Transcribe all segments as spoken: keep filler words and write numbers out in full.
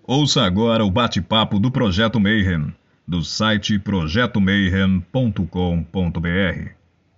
Ouça agora o bate-papo do Projeto Mayhem, do site projeto mayhem ponto com ponto br.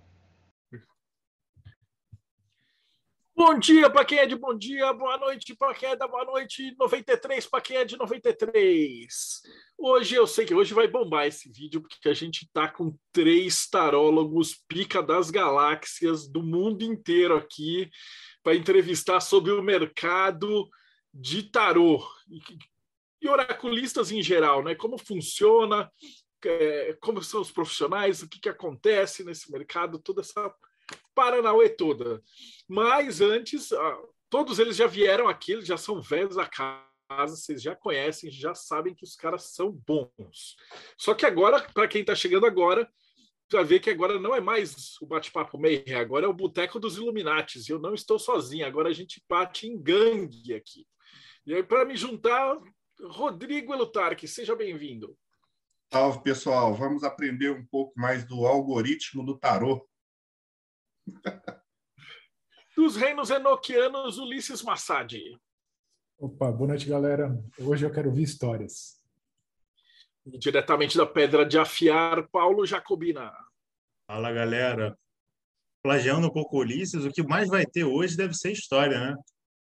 Bom dia para quem é de bom dia, boa noite para quem é da boa noite, noventa e três para quem é de noventa e três. Hoje eu sei que hoje vai bombar esse vídeo, porque a gente tá com três tarólogos pica das galáxias do mundo inteiro aqui para entrevistar sobre o mercado de tarô e oraculistas em geral, né? Como funciona, é, como são os profissionais, o que, que acontece nesse mercado, toda essa paranauê toda. Mas antes, todos eles já vieram aqui, eles já são velhos da casa, vocês já conhecem, já sabem que os caras são bons. Só que agora, para quem está chegando agora, vai ver que agora não é mais o bate-papo Mayhem, agora é o Boteco dos Illuminatis, e eu não estou sozinho, agora a gente bate em gangue aqui. E aí, para me juntar, Rodrigo Elutarque, seja bem-vindo. Salve, pessoal. Vamos aprender um pouco mais do algoritmo do tarô. Dos reinos enoquianos, Ulisses Massad. Opa, boa noite, galera. Hoje eu quero ouvir histórias. E diretamente da Pedra de Afiar, Paulo Jacobina. Fala, galera. Plagiando um pouco o Ulisses, o que mais vai ter hoje deve ser história, né?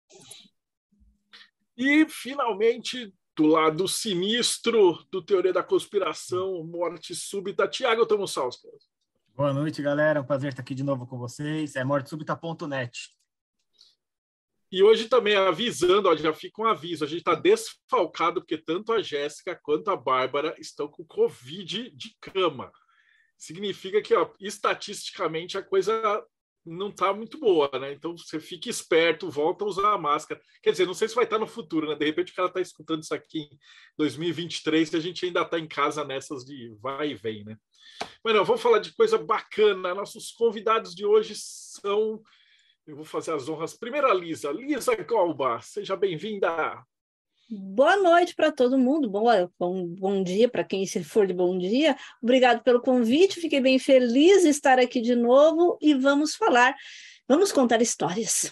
E, finalmente, do lado sinistro do Teoria da Conspiração, Morte Súbita, Tiago Tomussauskas. Boa noite, galera. É um prazer estar aqui de novo com vocês. É morte súbita ponto net. E hoje também avisando, ó, já fica um aviso, a gente está desfalcado porque tanto a Jéssica quanto a Bárbara estão com Covid de cama. Significa que, ó, estatisticamente, a coisa não está muito boa, né? Então, você fique esperto, volta a usar a máscara. Quer dizer, não sei se vai estar no futuro, né? De repente, o cara está escutando isso aqui em dois mil e vinte e três e a gente ainda está em casa nessas de vai e vem, né? Mas não, vamos falar de coisa bacana. Nossos convidados de hoje são... Eu vou fazer as honras. Primeiro a Lisa. Lisa Golba, seja bem-vinda. Boa noite para todo mundo. Bom, bom, bom dia para quem se for de bom dia. Obrigado pelo convite. Fiquei bem feliz de estar aqui de novo e vamos falar, vamos contar histórias.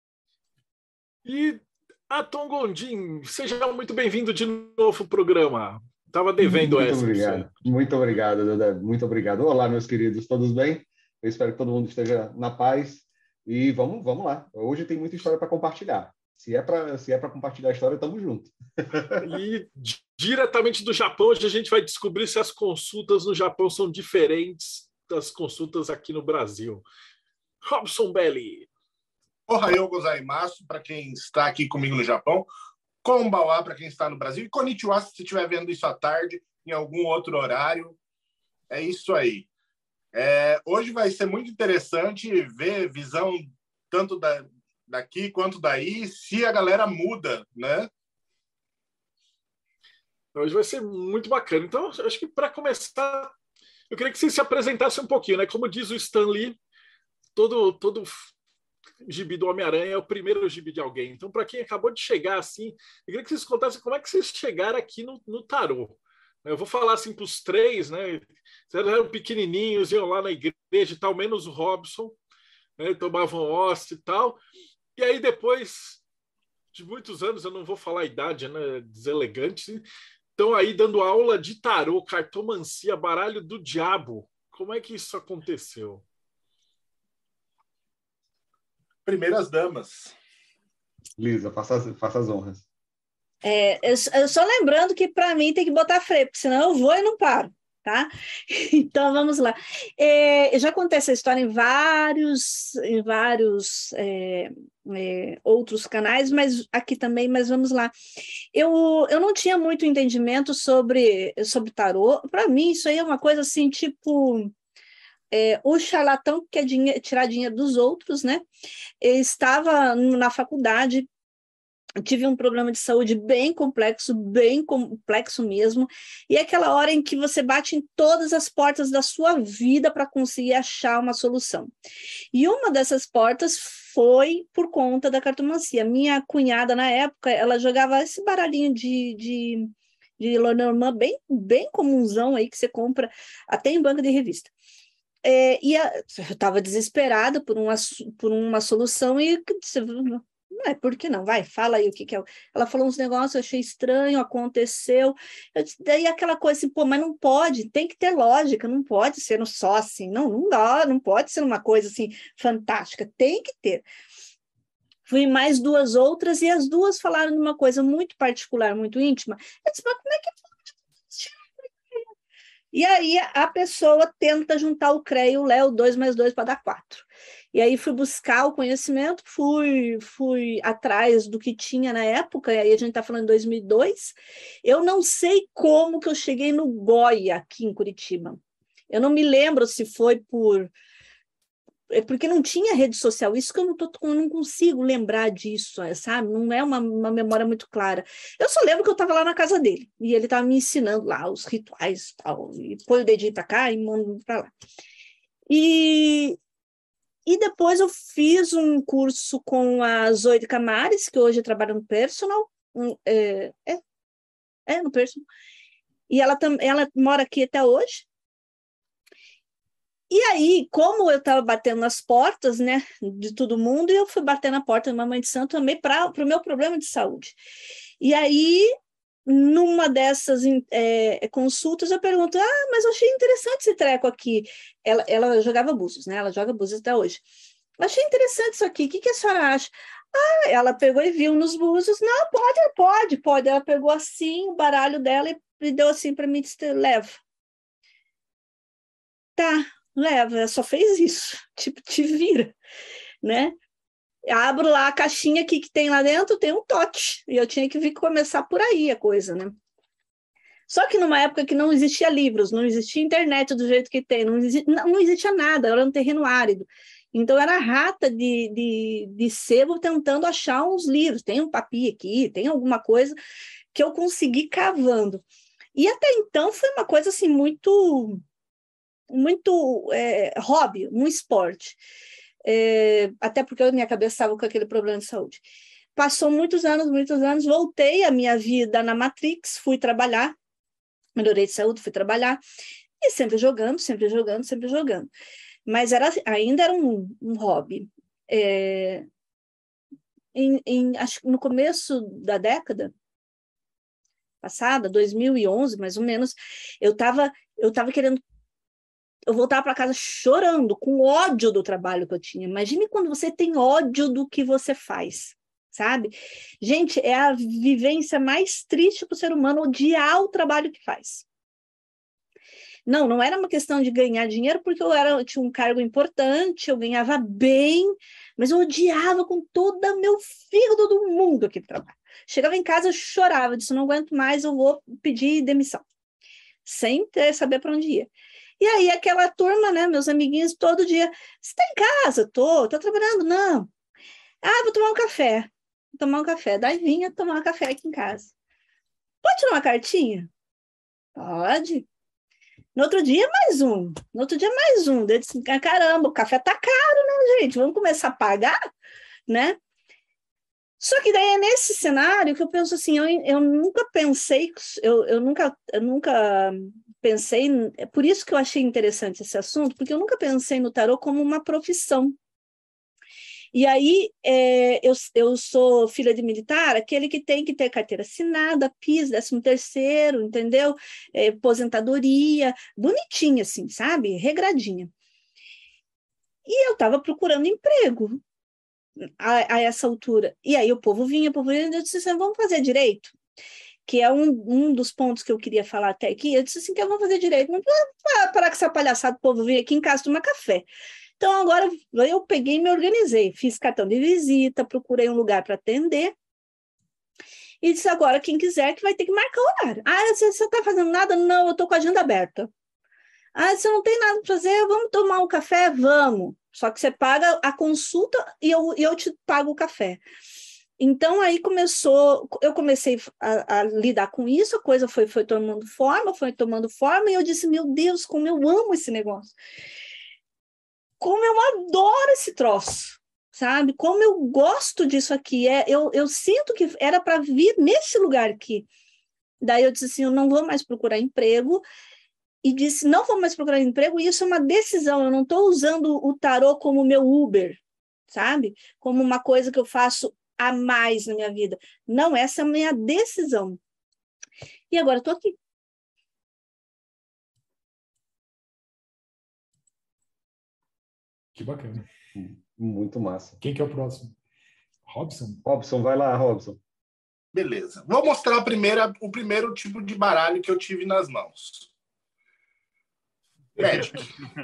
E Atom Gondim, seja muito bem-vindo de novo ao programa. Estava devendo muito essa. Muito obrigado. Muito obrigado, Duda. Muito obrigado. Olá, meus queridos. Todos bem? Eu espero que todo mundo esteja na paz. E vamos, vamos lá. Hoje tem muita história para compartilhar. Se é para se é para compartilhar a história, estamos juntos. E diretamente do Japão, hoje a gente vai descobrir se as consultas no Japão são diferentes das consultas aqui no Brasil. Robson Belli. Ohayou gozaimasu, para quem está aqui comigo no Japão. Konbanwa, para quem está no Brasil. E konnichiwa, se você estiver vendo isso à tarde, em algum outro horário. É isso aí. É, hoje vai ser muito interessante ver visão tanto da, daqui quanto daí, se a galera muda, né? Hoje vai ser muito bacana. Então, acho que para começar, eu queria que você se apresentasse um pouquinho, né? Como diz o Stan Lee, todo, todo gibi do Homem-Aranha é o primeiro gibi de alguém. Então, para quem acabou de chegar assim, eu queria que vocês contassem como é que vocês chegaram aqui no, no tarô. Eu vou falar assim para os três, né? Eles eram pequenininhos, iam lá na igreja e tal, menos o Robson, né? Tomavam hoste e tal. E aí, depois de muitos anos, eu não vou falar a idade, né? Deselegante, estão aí dando aula de tarô, cartomancia, baralho do diabo. Como é que isso aconteceu? Primeiras damas. Lisa, faça, faça as honras. É, eu, eu só lembrando que para mim tem que botar freio, porque senão eu vou e não paro, tá? Então vamos lá. É, eu já contei essa história em vários, em vários é, é, outros canais, mas aqui também, mas vamos lá. Eu, eu não tinha muito entendimento sobre, sobre tarô. Para mim, isso aí é uma coisa assim, tipo. É, o charlatão que quer dinheiro, tirar dinheiro dos outros, né? Eu estava na faculdade. Eu tive um problema de saúde bem complexo, bem complexo mesmo, e é aquela hora em que você bate em todas as portas da sua vida para conseguir achar uma solução. E uma dessas portas foi por conta da cartomancia. Minha cunhada, na época, ela jogava esse baralhinho de, de, de Lenormand bem, bem comunzão aí, que você compra até em banca de revista. É, e a, eu estava desesperada por uma, por uma solução e É, por que não? Vai, fala aí o que, que é. Ela falou uns negócios, eu achei estranho, aconteceu. Eu disse, daí aquela coisa assim, pô, mas não pode, tem que ter lógica, não pode ser só assim, não, não dá, não pode ser uma coisa assim fantástica, tem que ter. Fui mais duas outras e as duas falaram de uma coisa muito particular, muito íntima. Eu disse, mas como é que pode? E aí a pessoa tenta juntar o CREA e o Léo, dois mais dois para dar quatro. E aí fui buscar o conhecimento, fui, fui atrás do que tinha na época, e aí a gente está falando em dois mil e dois. Eu não sei como que eu cheguei no Goya, aqui em Curitiba. Eu não me lembro se foi por... É porque não tinha rede social, isso que eu não, tô, eu não consigo lembrar disso, sabe? Não é uma, uma memória muito clara. Eu só lembro que eu estava lá na casa dele, e ele estava me ensinando lá os rituais, tal, e põe o dedinho para cá e manda para lá. E, e depois eu fiz um curso com a Zoide Camares, que hoje trabalha no Personal, um, é, é, é, no Personal, e ela, ela mora aqui até hoje. E aí, como eu estava batendo nas portas, né, de todo mundo, eu fui bater na porta da Mamãe de Santo também para o meu problema de saúde. E aí, numa dessas é, consultas, eu pergunto, ah, mas eu achei interessante esse treco aqui. Ela, ela jogava búzios, né, ela joga búzios até hoje. Eu achei interessante isso aqui, o que, que a senhora acha? Ah, ela pegou e viu nos búzios, não, pode, pode, pode. Ela pegou assim o baralho dela e, e deu assim para mim, disse, leva. Tá. Leva, ela só fez isso, tipo, te vira, né? Abro lá a caixinha aqui que tem lá dentro, tem um tote, e eu tinha que vir começar por aí a coisa, né? Só que numa época que não existia livros, não existia internet do jeito que tem, não existia, não, não existia nada, era um terreno árido. Então, era rata de, de, de sebo tentando achar uns livros, tem um papi aqui, tem alguma coisa que eu consegui cavando. E até então foi uma coisa assim muito... muito é, hobby, um esporte, é, até porque a minha cabeça estava com aquele problema de saúde. Passou muitos anos, muitos anos, voltei a minha vida na Matrix, fui trabalhar, melhorei de saúde, fui trabalhar, e sempre jogando, sempre jogando, sempre jogando. Mas era, ainda era um, um hobby. É, em, em, acho que no começo da década passada, dois mil e onze, mais ou menos, eu estava eu tava querendo eu voltava para casa chorando, com ódio do trabalho que eu tinha. Imagine quando você tem ódio do que você faz, sabe? Gente, é a vivência mais triste para o ser humano odiar o trabalho que faz. Não, não era uma questão de ganhar dinheiro, porque eu, era, eu tinha um cargo importante, eu ganhava bem, mas eu odiava com todo o meu fígado do mundo aquele trabalho. Chegava em casa, eu chorava, disse, não aguento mais, eu vou pedir demissão, sem ter, saber para onde ia. E aí aquela turma, né, meus amiguinhos, todo dia, você está em casa? Tô, tô trabalhando? Não. Ah, vou tomar um café. Vou tomar um café. Daí vinha tomar um café aqui em casa. Pode tirar uma cartinha? Pode. No outro dia, mais um. No outro dia, mais um. Daí disse, caramba, o café tá caro, né, gente? Vamos começar a pagar, né? Só que daí é nesse cenário que eu penso assim, eu, eu nunca pensei, eu, eu, nunca, eu nunca pensei, é por isso que eu achei interessante esse assunto, porque eu nunca pensei no tarô como uma profissão. E aí, é, eu, eu sou filha de militar, aquele que tem que ter carteira assinada, P I S, décimo terceiro, entendeu? É, aposentadoria, bonitinha assim, sabe? Regradinha. E eu estava procurando emprego a, a essa altura. E aí o povo vinha, o povo vinha, e eu disse assim, vamos fazer direito? Que é um, um dos pontos que eu queria falar até aqui. Eu disse assim, que vamos fazer direito. Não pode parar com essa palhaçada, o povo vir aqui em casa tomar café. Então, agora eu peguei e me organizei. Fiz cartão de visita, procurei um lugar para atender. E disse, agora, quem quiser que vai ter que marcar o horário. Ah, você não está fazendo nada? Não, eu estou com a agenda aberta. Ah, você não tem nada para fazer? Vamos tomar um café? Vamos. Só que você paga a consulta e eu, eu te pago o café. Então, aí começou, eu comecei a, a lidar com isso, a coisa foi, foi tomando forma, foi tomando forma, e eu disse, meu Deus, como eu amo esse negócio. Como eu adoro esse troço, sabe? Como eu gosto disso aqui. É, eu, eu sinto que era para vir nesse lugar aqui. Daí eu disse assim, eu não vou mais procurar emprego, e disse, não vou mais procurar emprego, e isso é uma decisão, eu não estou usando o tarô como meu Uber, sabe? Como uma coisa que eu faço a mais na minha vida. Não, essa é a minha decisão. E agora eu tô aqui. Que bacana. Muito massa. Quem que é o próximo? Robson? Robson, vai lá, Robson. Beleza. Vou mostrar a primeira, o primeiro tipo de baralho que eu tive nas mãos. Magic.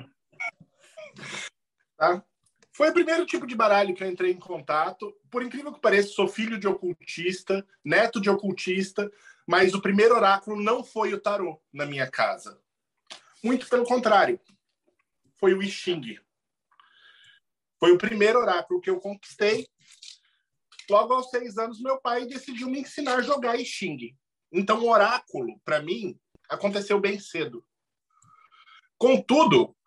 Tá? Foi o primeiro tipo de baralho que eu entrei em contato. Por incrível que pareça, sou filho de ocultista, neto de ocultista, mas o primeiro oráculo não foi o tarô na minha casa. Muito pelo contrário. Foi o I Ching. Foi o primeiro oráculo que eu conquistei. Logo aos seis anos, meu pai decidiu me ensinar a jogar I Ching. Então, o oráculo, para mim, aconteceu bem cedo. Contudo,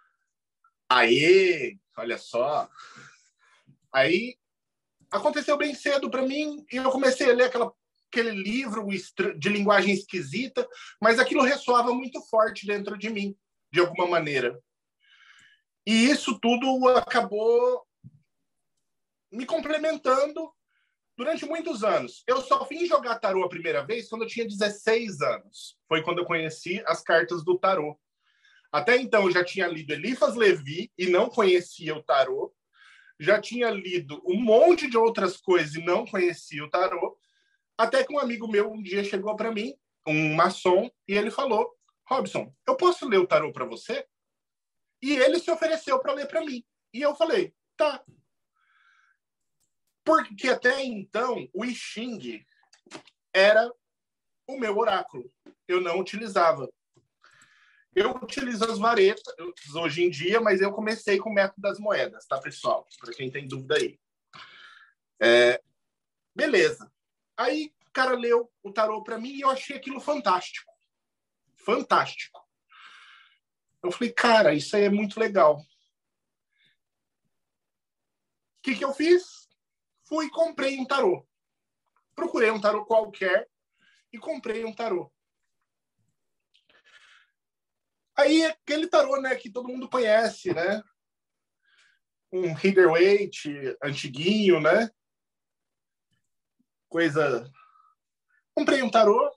aí, olha só, aí aconteceu bem cedo para mim e eu comecei a ler aquela, aquele livro de linguagem esquisita, mas aquilo ressoava muito forte dentro de mim, de alguma maneira. E isso tudo acabou me complementando durante muitos anos. Eu só vim jogar tarô a primeira vez quando eu tinha dezesseis anos. Foi quando eu conheci as cartas do tarô. Até então, eu já tinha lido Eliphas Levi e não conhecia o tarô. Já tinha lido um monte de outras coisas e não conhecia o tarô. Até que um amigo meu um dia chegou para mim, um maçom, e ele falou: Robson, eu posso ler o tarô para você? E ele se ofereceu para ler para mim. E eu falei, tá. Porque até então, o I Ching era o meu oráculo. Eu não utilizava. Eu utilizo as varetas hoje em dia, mas eu comecei com o método das moedas, tá, pessoal? Para quem tem dúvida aí. É, beleza. Aí o cara leu o tarô para mim e eu achei aquilo fantástico. Fantástico. Eu falei, cara, isso aí é muito legal. O que, que eu fiz? Fui e comprei um tarô. Procurei um tarô qualquer e comprei um tarô. Aí, aquele tarô, né, que todo mundo conhece, né? Um Rider-Waite antiguinho, né? Coisa... Comprei um tarô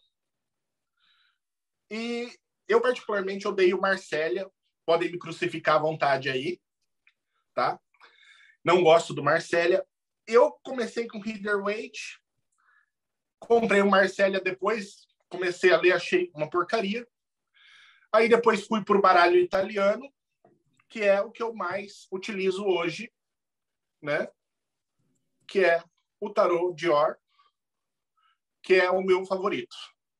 e eu, particularmente, odeio Marsella. Podem me crucificar à vontade aí, tá? Não gosto do Marsella. Eu comecei com Rider-Waite, comprei um Marsella depois, comecei a ler, achei uma porcaria. Aí depois fui para o baralho italiano, que é o que eu mais utilizo hoje, né? Que é o tarô Dior, que é o meu favorito.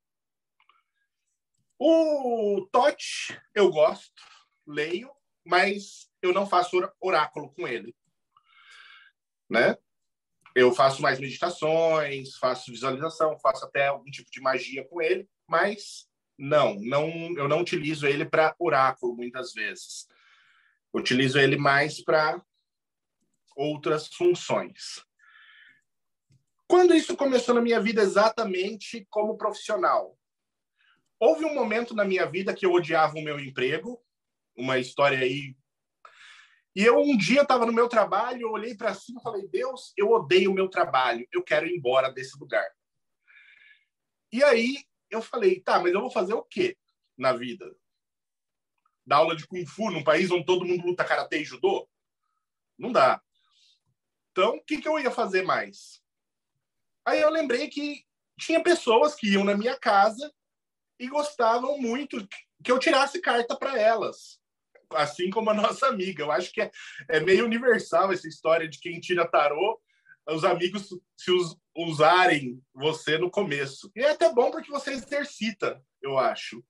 O Tote eu gosto, leio, mas eu não faço oráculo com ele, né? Eu faço mais meditações, faço visualização, faço até algum tipo de magia com ele, mas não, não eu não utilizo ele para oráculo muitas vezes. Eu utilizo ele mais para outras funções. Quando isso começou na minha vida exatamente como profissional? Houve um momento na minha vida que eu odiava o meu emprego, uma história aí. E eu um dia estava no meu trabalho, eu olhei para cima e falei, Deus, eu odeio o meu trabalho, eu quero ir embora desse lugar. E aí eu falei, tá, mas eu vou fazer o quê na vida? Dar aula de Kung Fu num país onde todo mundo luta karatê e judô? Não dá. Então, o que, que eu ia fazer mais? Aí eu lembrei que tinha pessoas que iam na minha casa e gostavam muito que eu tirasse carta para elas. Assim como a nossa amiga. Eu acho que é, é meio universal essa história de quem tira tarô, os amigos se us, usarem você no começo. E é até bom porque você exercita, eu acho.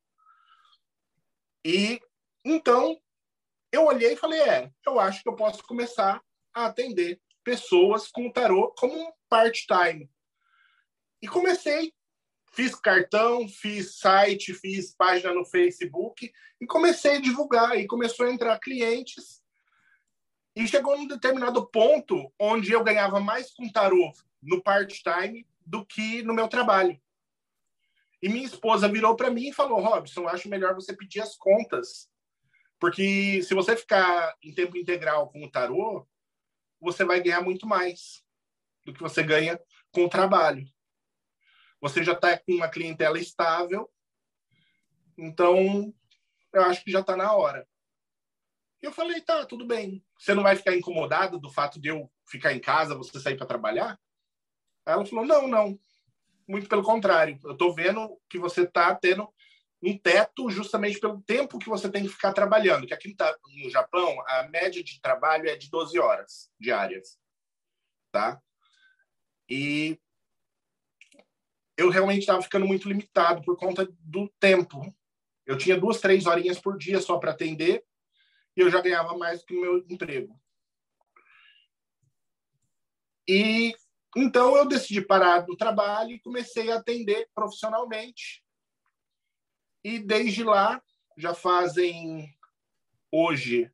E então eu olhei e falei, é, eu acho que eu posso começar a atender pessoas com o tarô como um part-time. E comecei, fiz cartão, fiz site, fiz página no Facebook e comecei a divulgar. E começou a entrar clientes. E chegou num determinado ponto onde eu ganhava mais com tarô no part-time do que no meu trabalho. E minha esposa virou para mim e falou, Robson, acho melhor você pedir as contas. Porque se você ficar em tempo integral com o tarô, você vai ganhar muito mais. do que você ganha com o trabalho. Você já está com uma clientela estável, então eu acho que já está na hora. E eu falei, tá, tudo bem. Você não vai ficar incomodado do fato de eu ficar em casa, você sair para trabalhar? Aí ela falou, não, não. Muito pelo contrário. Eu estou vendo que você está tendo um teto justamente pelo tempo que você tem que ficar trabalhando. Que aqui no Japão, a média de trabalho é de doze horas diárias. Tá? E eu realmente estava ficando muito limitado por conta do tempo. Eu tinha duas, três horinhas por dia só para atender e eu já ganhava mais do que o meu emprego. E então eu decidi parar do trabalho e comecei a atender profissionalmente. E desde lá, já fazem hoje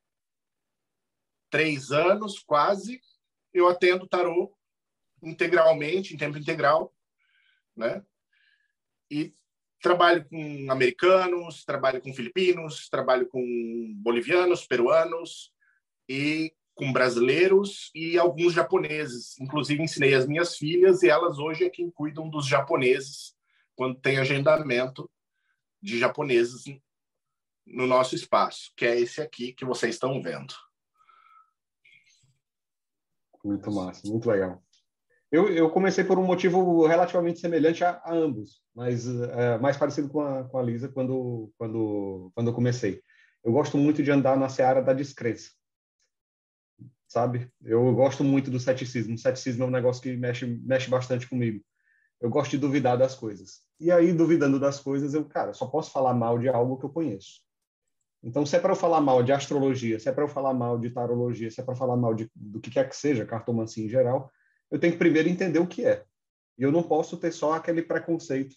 três anos quase, eu atendo tarô integralmente, em tempo integral, né? E trabalho com americanos, trabalho com filipinos, trabalho com bolivianos, peruanos e com brasileiros e alguns japoneses. Inclusive, ensinei as minhas filhas e elas hoje é quem cuidam dos japoneses quando tem agendamento de japoneses no nosso espaço, que é esse aqui que vocês estão vendo. Muito massa, muito legal. Eu, eu comecei por um motivo relativamente semelhante a, a ambos, mas é, mais parecido com a, com a Lisa quando, quando, quando eu comecei. Eu gosto muito de andar na seara da descrença, sabe? Eu gosto muito do ceticismo. O ceticismo é um negócio que mexe, mexe bastante comigo. Eu gosto de duvidar das coisas. E aí, duvidando das coisas, eu, cara, só posso falar mal de algo que eu conheço. Então, se é para eu falar mal de astrologia, se é para eu falar mal de tarologia, se é para falar mal de, do que quer que seja, cartomancia em geral, eu tenho que primeiro entender o que é. E eu não posso ter só aquele preconceito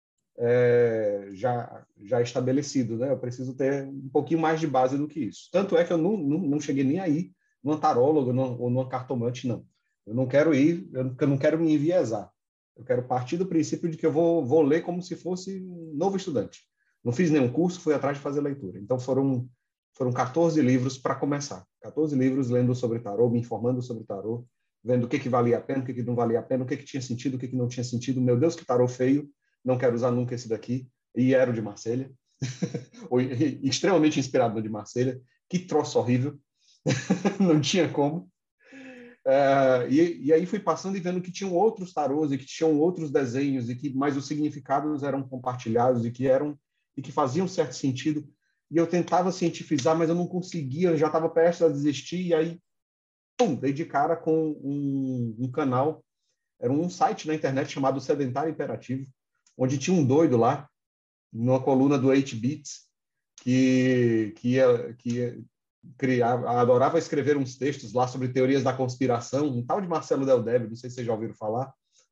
é, já, já estabelecido, né? Eu preciso ter um pouquinho mais de base do que isso. Tanto é que eu não, não, não cheguei nem aí numa taróloga não, ou numa cartomante, não. Eu não quero ir, eu, eu não quero me enviesar. Eu quero partir do princípio de que eu vou, vou ler como se fosse um novo estudante. Não fiz nenhum curso, fui atrás de fazer leitura. Então, foram, foram quatorze livros para começar. quatorze livros lendo sobre tarô, me informando sobre tarô, vendo o que, que valia a pena, o que, que não valia a pena, o que, que tinha sentido, o que, que não tinha sentido. Meu Deus, que tarô feio, não quero usar nunca esse daqui. E era o de Marselha. Extremamente inspirado no de Marselha. Que troço horrível. Não tinha como. Uh, e, e aí fui passando e vendo que tinham outros tarôs e que tinham outros desenhos e que mais os significados eram compartilhados e que eram e que faziam certo sentido. E eu tentava cientificar, mas eu não conseguia, eu já estava prestes a desistir. E aí, pum, dei de cara com um, um canal, era um site na internet chamado Sedentário Imperativo, onde tinha um doido lá, numa coluna do oito bits, que, que ia... Que ia criava, adorava escrever uns textos lá sobre teorias da conspiração, um tal de Marcelo Del Deve, não sei se vocês já ouviram falar.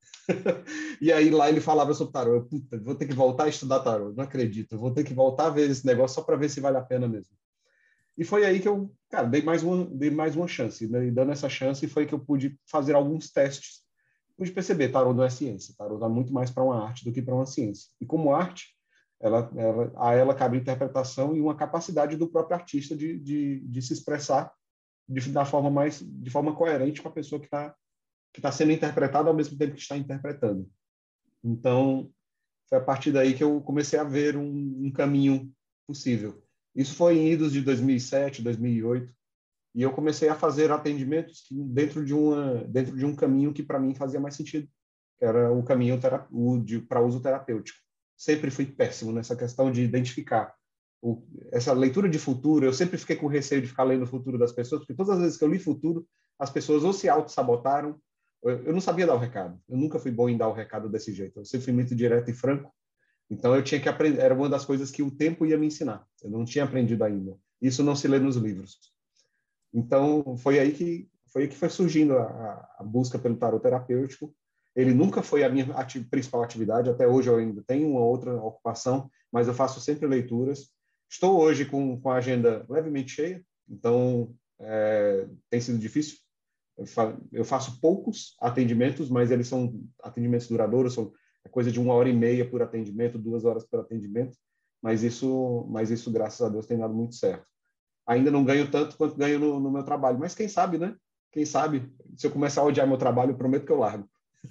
E aí lá ele falava sobre tarô. Eu, puta, vou ter que voltar a estudar tarô, não acredito, eu vou ter que voltar a ver esse negócio só para ver se vale a pena mesmo. E foi aí que eu, cara, dei mais uma, dei mais uma chance, né? E dando essa chance foi que eu pude fazer alguns testes, pude perceber, tarô não é ciência, tarô dá muito mais para uma arte do que para uma ciência. E como arte, Ela, ela, a ela cabe interpretação e uma capacidade do próprio artista de, de, de se expressar de, da forma mais, de forma coerente com a pessoa que está que tá sendo interpretada ao mesmo tempo que está interpretando. Então, foi a partir daí que eu comecei a ver um, um caminho possível. Isso foi em idos de dois mil e sete, dois mil e oito, e eu comecei a fazer atendimentos dentro de, uma, dentro de um caminho que para mim fazia mais sentido, que era o caminho para uso terapêutico. Sempre fui péssimo nessa questão de identificar o, essa leitura de futuro. Eu sempre fiquei com receio de ficar lendo o futuro das pessoas, porque todas as vezes que eu li futuro, as pessoas ou se auto-sabotaram, eu, eu não sabia dar o recado. Eu nunca fui bom em dar o recado desse jeito. Eu sempre fui muito direto e franco. Então, eu tinha que aprender. Era uma das coisas que o tempo ia me ensinar. Eu não tinha aprendido ainda. Isso não se lê nos livros. Então, foi aí que foi, aí que foi surgindo a, a busca pelo tarot terapêutico. Ele nunca foi a minha ati- principal atividade, até hoje eu ainda tenho uma outra ocupação, mas eu faço sempre leituras. Estou hoje com, com a agenda levemente cheia, então é, tem sido difícil. Eu, fa- eu faço poucos atendimentos, mas eles são atendimentos duradouros, são coisa de uma hora e meia por atendimento, duas horas por atendimento, mas isso, mas isso graças a Deus, tem dado muito certo. Ainda não ganho tanto quanto ganho no, no meu trabalho, mas quem sabe, né? Quem sabe, se eu começar a odiar meu trabalho, eu prometo que eu largo.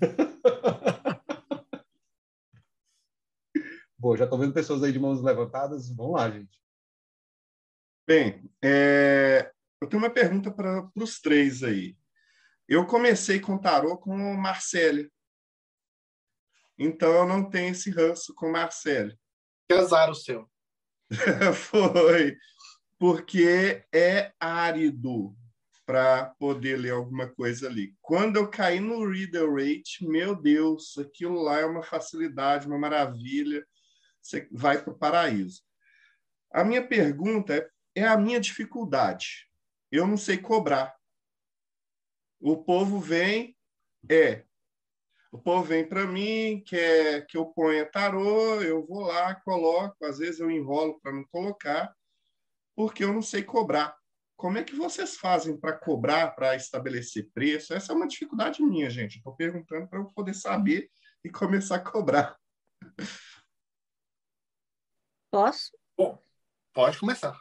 Bom, já estou vendo pessoas aí de mãos levantadas. Vamos lá, gente. Bem, é, eu tenho uma pergunta para os três aí. Eu comecei com tarô com o Marcelo. Então, eu não tenho esse ranço com o Marcelo. Que azar o seu. Foi. Porque é árido para poder ler alguma coisa ali. Quando eu caí no Reader Rate, meu Deus, aquilo lá é uma facilidade, uma maravilha. Você vai para o paraíso. A minha pergunta é, é a minha dificuldade. Eu não sei cobrar. O povo vem, é. O povo vem para mim, quer que eu ponha tarô, eu vou lá, coloco. Às vezes eu enrolo para não colocar, porque eu não sei cobrar. Como é que vocês fazem para cobrar, para estabelecer preço? Essa é uma dificuldade minha, gente. Estou perguntando para eu poder saber e começar a cobrar. Posso? Bom, pode começar.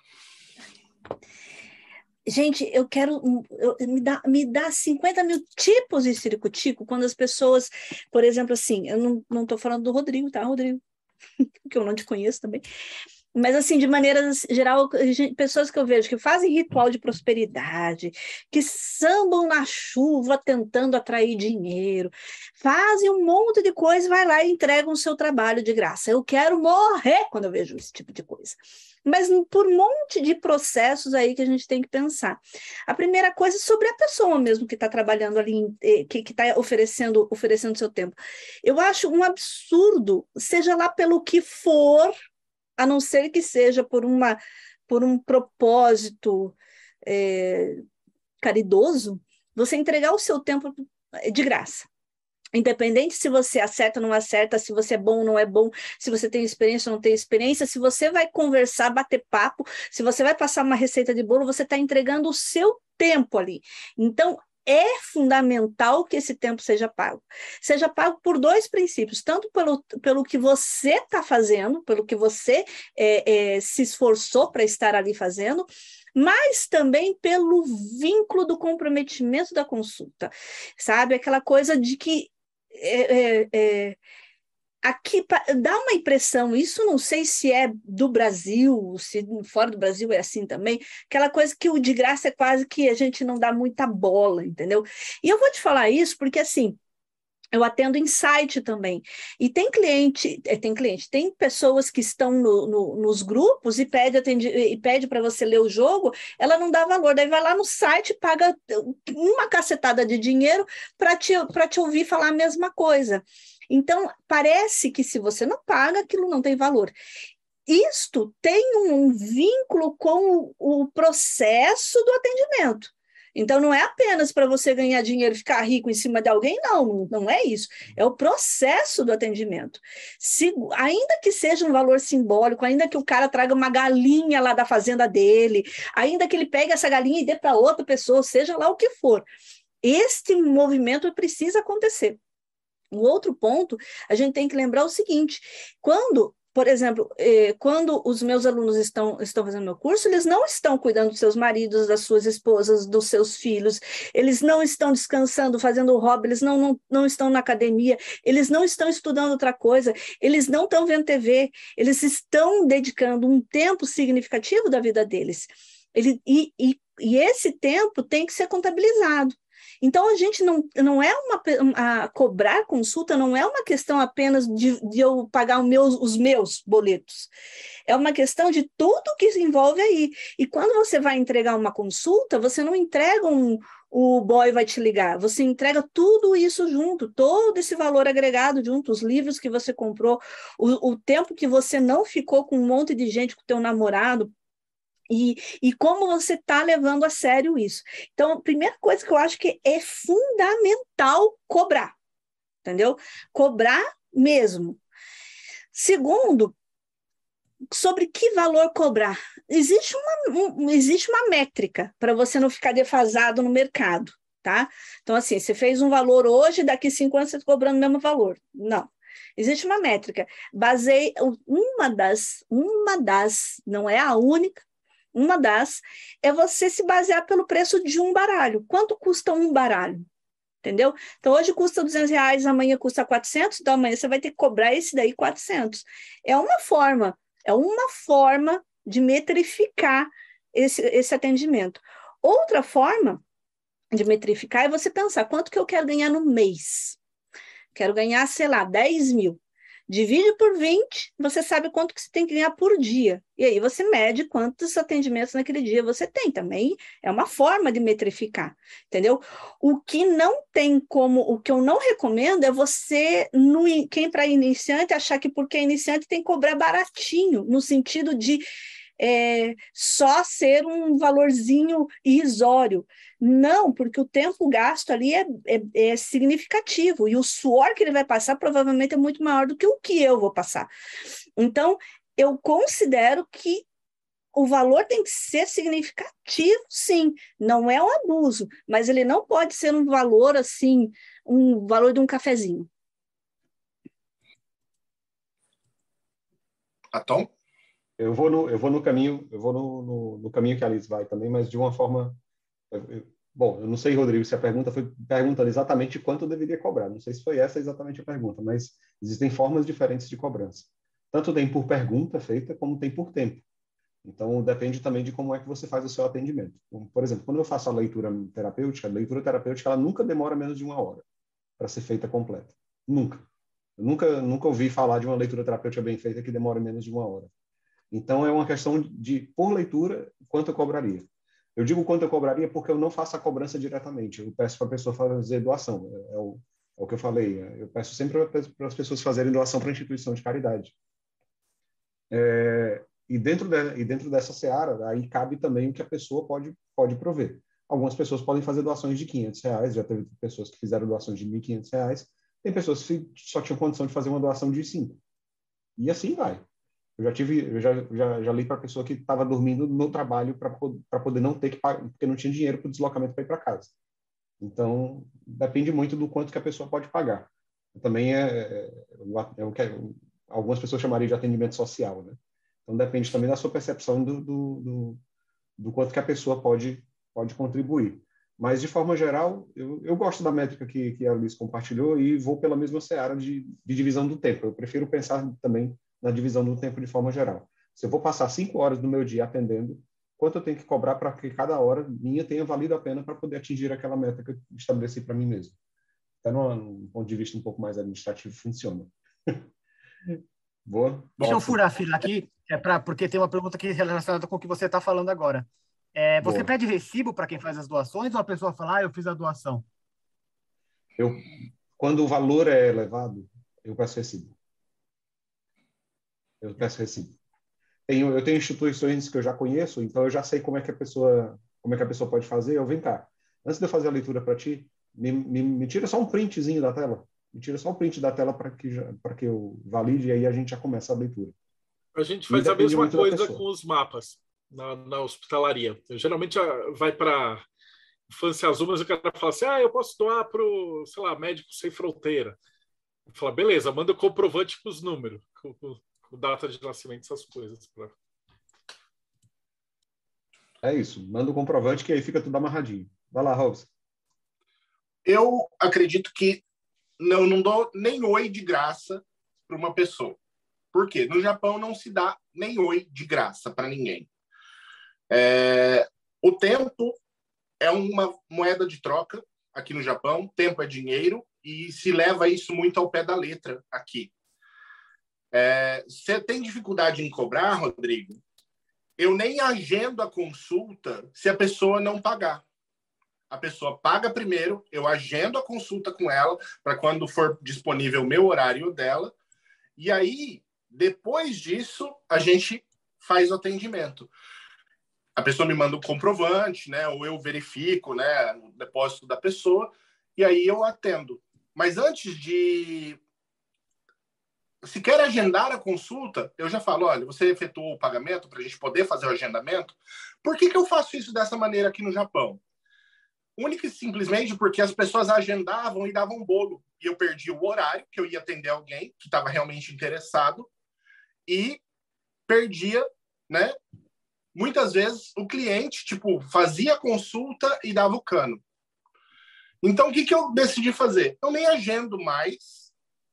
Gente, eu quero... Eu, me, dá, me dá cinquenta mil tipos de ciricutico quando as pessoas... Por exemplo, assim, eu não, não tô falando do Rodrigo, tá, Rodrigo? Que eu não te conheço também. Mas, assim, de maneira geral, pessoas que eu vejo que fazem ritual de prosperidade, que sambam na chuva tentando atrair dinheiro, fazem um monte de coisa, vai lá e entregam o seu trabalho de graça. Eu quero morrer quando eu vejo esse tipo de coisa. Mas por um monte de processos aí que a gente tem que pensar. A primeira coisa é sobre a pessoa mesmo que está trabalhando ali, que está oferecendo oferecendo seu tempo. Eu acho um absurdo, seja lá pelo que for, a não ser que seja por, uma, por um propósito é, caridoso, você entregar o seu tempo de graça. Independente se você acerta ou não acerta, se você é bom ou não é bom, se você tem experiência ou não tem experiência, se você vai conversar, bater papo, se você vai passar uma receita de bolo, você está entregando o seu tempo ali. Então, é fundamental que esse tempo seja pago. Seja pago por dois princípios, tanto pelo, pelo que você está fazendo, pelo que você é, é, se esforçou para estar ali fazendo, mas também pelo vínculo do comprometimento da consulta, sabe? Aquela coisa de que é, é, é, aqui dá uma impressão, isso não sei se é do Brasil, se fora do Brasil é assim também, aquela coisa que o de graça é quase que a gente não dá muita bola, entendeu? E eu vou te falar isso porque, assim, eu atendo em site também, e tem cliente, tem cliente, tem pessoas que estão no, no, nos grupos e pede, atendi, e pede para você ler o jogo, ela não dá valor, daí vai lá no site, paga uma cacetada de dinheiro para te, para te ouvir falar a mesma coisa. Então, parece que se você não paga, aquilo não tem valor. Isto tem um, um vínculo com o, o processo do atendimento. Então, não é apenas para você ganhar dinheiro e ficar rico em cima de alguém, não, não é isso. É o processo do atendimento. Se, ainda que seja um valor simbólico, ainda que o cara traga uma galinha lá da fazenda dele, ainda que ele pegue essa galinha e dê para outra pessoa, seja lá o que for, este movimento precisa acontecer. O outro ponto, a gente tem que lembrar o seguinte, quando... Por exemplo, eh, quando os meus alunos estão, estão fazendo meu curso, eles não estão cuidando dos seus maridos, das suas esposas, dos seus filhos, eles não estão descansando, fazendo hobby, eles não, não, não estão na academia, eles não estão estudando outra coisa, eles não estão vendo T V, eles estão dedicando um tempo significativo da vida deles. Ele, e, e, e esse tempo tem que ser contabilizado. Então, a gente não, não é uma... A cobrar consulta não é uma questão apenas de, de eu pagar os meus, os meus boletos. É uma questão de tudo que se envolve aí. E quando você vai entregar uma consulta, você não entrega um... O boy vai te ligar. Você entrega tudo isso junto, todo esse valor agregado junto, os livros que você comprou, o, o tempo que você não ficou com um monte de gente, com o teu namorado, E, e como você está levando a sério isso. Então, a primeira coisa que eu acho que é fundamental cobrar, entendeu? Cobrar mesmo. Segundo, sobre que valor cobrar? Existe uma, um, existe uma métrica para você não ficar defasado no mercado, tá? Então, assim, você fez um valor hoje, daqui cinco anos você está cobrando o mesmo valor. Não. Existe uma métrica. Basei uma das, uma das, não é a única, Uma das é você se basear pelo preço de um baralho. Quanto custa um baralho? Entendeu? Então, hoje custa duzentos reais, amanhã custa quatrocentos, então amanhã você vai ter que cobrar esse daí quatrocentos. É uma forma, é uma forma de metrificar esse, esse atendimento. Outra forma de metrificar é você pensar quanto que eu quero ganhar no mês. Quero ganhar, sei lá, dez mil. Divide por vinte, você sabe quanto que você tem que ganhar por dia. E aí você mede quantos atendimentos naquele dia você tem. Também é uma forma de metrificar, entendeu? O que não tem como, o que eu não recomendo é você, no, quem para iniciante, achar que porque é iniciante tem que cobrar baratinho, no sentido de é, só ser um valorzinho irrisório. Não, porque o tempo gasto ali é, é, é significativo e o suor que ele vai passar provavelmente é muito maior do que o que eu vou passar. Então, eu considero que o valor tem que ser significativo, sim, não é um abuso, mas ele não pode ser um valor assim, um valor de um cafezinho. Atom? Eu vou no, eu vou no caminho, eu vou no, no, no caminho que a Alice vai também, mas de uma forma... Eu, bom, eu não sei, Rodrigo, se a pergunta foi perguntando exatamente quanto eu deveria cobrar. Não sei se foi essa exatamente a pergunta, mas existem formas diferentes de cobrança. Tanto tem por pergunta feita, como tem por tempo. Então, depende também de como é que você faz o seu atendimento. Então, por exemplo, quando eu faço a leitura terapêutica, a leitura terapêutica ela nunca demora menos de uma hora para ser feita completa. Nunca. Eu nunca, nunca ouvi falar de uma leitura terapêutica bem feita que demora menos de uma hora. Então, é uma questão de, por leitura, quanto eu cobraria. Eu digo quanto eu cobraria porque eu não faço a cobrança diretamente. Eu peço para a pessoa fazer doação. É, é, o, é o que eu falei. Eu peço sempre para as pessoas fazerem doação para instituição de caridade. É, e, dentro de, e dentro dessa seara, aí cabe também o que a pessoa pode, pode prover. Algumas pessoas podem fazer doações de quinhentos reais. Já teve pessoas que fizeram doações de mil e quinhentos reais. Tem pessoas que só tinham condição de fazer uma doação de cinco. E assim vai. Eu já tive, eu já, já, já li para a pessoa que estava dormindo no trabalho para poder não ter que pagar, porque não tinha dinheiro para o deslocamento para ir para casa. Então, depende muito do quanto que a pessoa pode pagar. Também é, é, é o que é, algumas pessoas chamariam de atendimento social, né? Então, depende também da sua percepção do, do, do, do quanto que a pessoa pode, pode contribuir. Mas, de forma geral, eu, eu gosto da métrica que, que a Alice compartilhou e vou pela mesma seara de, de divisão do tempo. Eu prefiro pensar também na divisão do tempo de forma geral. Se eu vou passar cinco horas do meu dia atendendo, quanto eu tenho que cobrar para que cada hora minha tenha valido a pena para poder atingir aquela meta que eu estabeleci para mim mesmo. Até num ponto de vista um pouco mais administrativo, funciona. Boa? Deixa eu furar a fila aqui, é pra, porque tem uma pergunta aqui relacionada com o que você está falando agora. É, você Boa. pede recibo para quem faz as doações ou a pessoa fala, ah, eu fiz a doação? Eu, quando o valor é elevado, eu peço recibo. Eu peço recibo. Tenho, eu tenho instituições que eu já conheço, então eu já sei como é que a pessoa, como é que a pessoa pode fazer. Eu, vem cá, antes de eu fazer a leitura para ti, me, me, me tira só um printzinho da tela. Me tira só um print da tela para que, para que eu valide e aí a gente já começa a leitura. A gente faz a mesma coisa com os mapas na, na hospitalaria. Eu, geralmente vai para infância azul, mas o cara fala assim, ah, eu posso doar para o, sei lá, Médico Sem Fronteira. Eu falo, beleza, manda o comprovante com os números, com, com, com data de nascimento, essas coisas. Pra... É isso, manda o comprovante que aí fica tudo amarradinho. Vai lá, Robson. Eu acredito que não, não dou nem oi de graça para uma pessoa. Por quê? No Japão não se dá nem oi de graça para ninguém. É, o tempo é uma moeda de troca aqui no Japão. Tempo é dinheiro e se leva isso muito ao pé da letra aqui. É, você tem dificuldade em cobrar, Rodrigo? Eu nem agendo a consulta se a pessoa não pagar. A pessoa paga primeiro, eu agendo a consulta com ela para quando for disponível o meu horário dela. E aí, depois disso, a gente faz o atendimento. A pessoa me manda o comprovante, né? Ou eu verifico, né, o depósito da pessoa, e aí eu atendo. Mas antes de... Se quer agendar a consulta, eu já falo, olha, você efetuou o pagamento para a gente poder fazer o agendamento? Por que que eu faço isso dessa maneira aqui no Japão? Única e simplesmente porque as pessoas agendavam e davam bolo. E eu perdi o horário, que eu ia atender alguém que estava realmente interessado, e perdia, né, muitas vezes o cliente, tipo, fazia a consulta e dava o cano. Então, o que, que eu decidi fazer? Eu nem agendo mais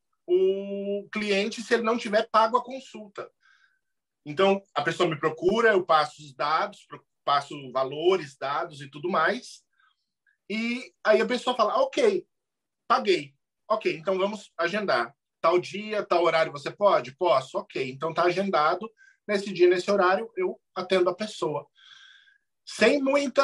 o cliente se ele não tiver pago a consulta. Então, a pessoa me procura, eu passo os dados, passo valores, dados e tudo mais. E aí a pessoa fala, ok, paguei. Ok, então vamos agendar. Tal dia, tal horário você pode? Posso. Ok, então está agendado. Nesse dia, nesse horário, eu atendo a pessoa. Sem muita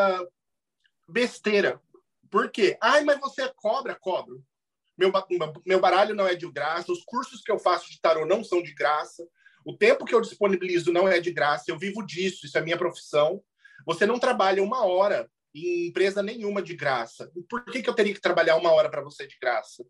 besteira. Por quê? Ai, mas você cobra? Cobro. Meu, meu baralho não é de graça, os cursos que eu faço de tarô não são de graça, o tempo que eu disponibilizo não é de graça, eu vivo disso, isso é minha profissão. Você não trabalha uma hora em empresa nenhuma de graça. Por que, que eu teria que trabalhar uma hora para você de graça?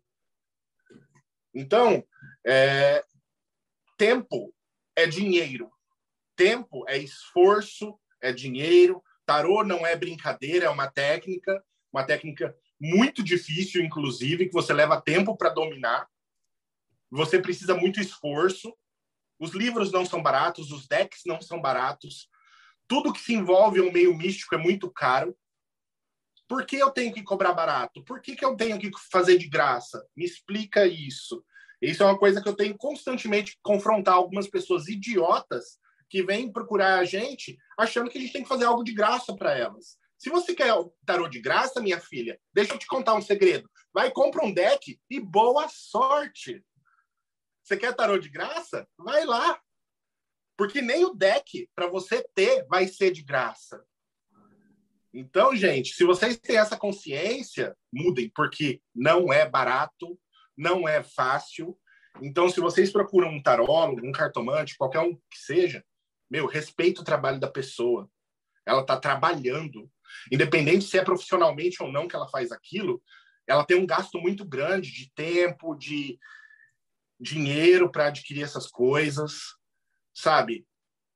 Então, é, tempo é dinheiro. Tempo é esforço, é dinheiro. Tarô não é brincadeira, é uma técnica, uma técnica muito difícil, inclusive, que você leva tempo para dominar. Você precisa muito esforço. Os livros não são baratos, os decks não são baratos. Tudo que se envolve ao meio místico é muito caro. Por que eu tenho que cobrar barato? Por que, que eu tenho que fazer de graça? Me explica isso. Isso é uma coisa que eu tenho constantemente que confrontar algumas pessoas idiotas que vêm procurar a gente achando que a gente tem que fazer algo de graça para elas. Se você quer tarô de graça, minha filha, deixa eu te contar um segredo. Vai, compra um deck e boa sorte. Você quer tarô de graça? Vai lá. Porque nem o deck, para você ter, vai ser de graça. Então, gente, se vocês têm essa consciência, mudem, porque não é barato, não é fácil. Então, se vocês procuram um tarólogo, um cartomante, qualquer um que seja, meu, respeita o trabalho da pessoa. Ela está trabalhando. Independente se é profissionalmente ou não que ela faz aquilo, ela tem um gasto muito grande de tempo, de dinheiro para adquirir essas coisas, sabe?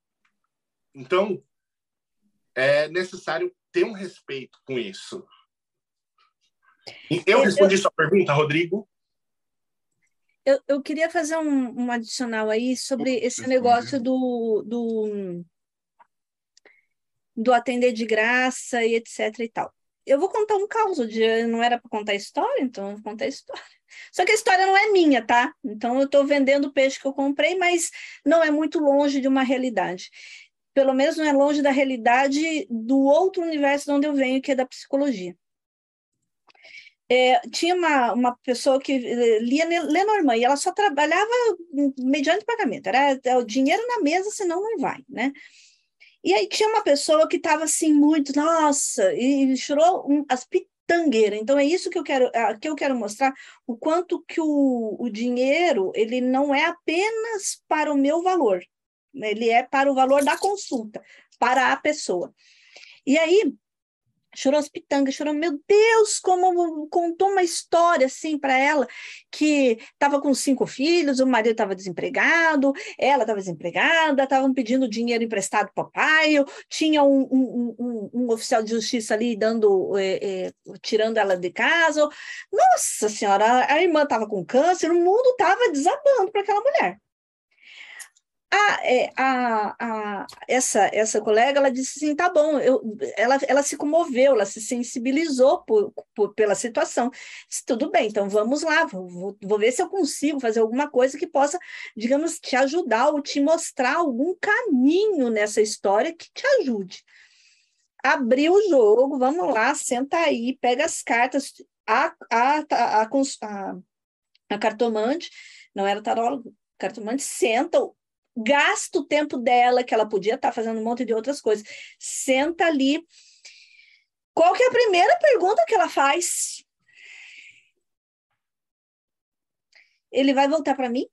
Então, é necessário ter um respeito com isso. Eu respondi sua pergunta, Rodrigo? Eu, eu queria fazer um, um adicional aí sobre esse negócio do, do, do atender de graça e etc e tal. Eu vou contar um caos, de, não era para contar história, então eu vou contar história. Só que a história não é minha, tá? Então eu estou vendendo o peixe que eu comprei, mas não é muito longe de uma realidade. Pelo menos não é longe da realidade do outro universo de onde eu venho, que é da psicologia. É, tinha uma, uma pessoa que lia Lenormand e ela só trabalhava mediante pagamento. Era o dinheiro na mesa, senão não vai, né? E aí tinha uma pessoa que estava assim muito, nossa, e chorou um, as pitangueiras. Então é isso que eu quero, que eu quero mostrar, o quanto que o, o dinheiro, ele não é apenas para o meu valor, ele é para o valor da consulta, para a pessoa. E aí, chorou as pitangas, chorou, meu Deus, como contou uma história assim para ela, que estava com cinco filhos, o marido estava desempregado, ela estava desempregada, estavam pedindo dinheiro emprestado para o papai, tinha um, um, um, um oficial de justiça ali dando, é, é, tirando ela de casa. Nossa senhora, a irmã estava com câncer, o mundo estava desabando para aquela mulher. A, é, a, a, essa, essa colega, ela disse assim, tá bom, eu, ela, ela se comoveu, ela se sensibilizou por, por, pela situação. Disse, tudo bem, então vamos lá, vou, vou ver se eu consigo fazer alguma coisa que possa, digamos, te ajudar ou te mostrar algum caminho nessa história que te ajude. Abriu o jogo, vamos lá, senta aí, pega as cartas, a, a, a, a, a, a cartomante, não era tarólogo, cartomante, senta, gasta o tempo dela, que ela podia estar fazendo um monte de outras coisas, senta ali. Qual que é a primeira pergunta que ela faz? Ele vai voltar para mim?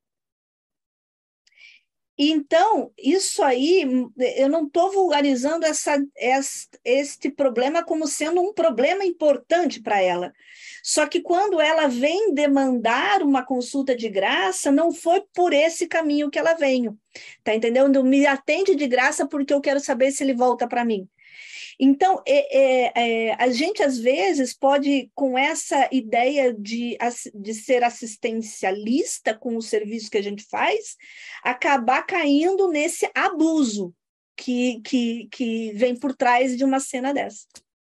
Então, isso aí, eu não estou vulgarizando essa, essa, este problema como sendo um problema importante para ela. Só que quando ela vem demandar uma consulta de graça, não foi por esse caminho que ela veio. Tá entendendo? Me atende de graça porque eu quero saber se ele volta para mim. Então, é, é, é, a gente, às vezes, pode, com essa ideia de, de ser assistencialista com o serviço que a gente faz, acabar caindo nesse abuso, que, que, que vem por trás de uma cena dessa.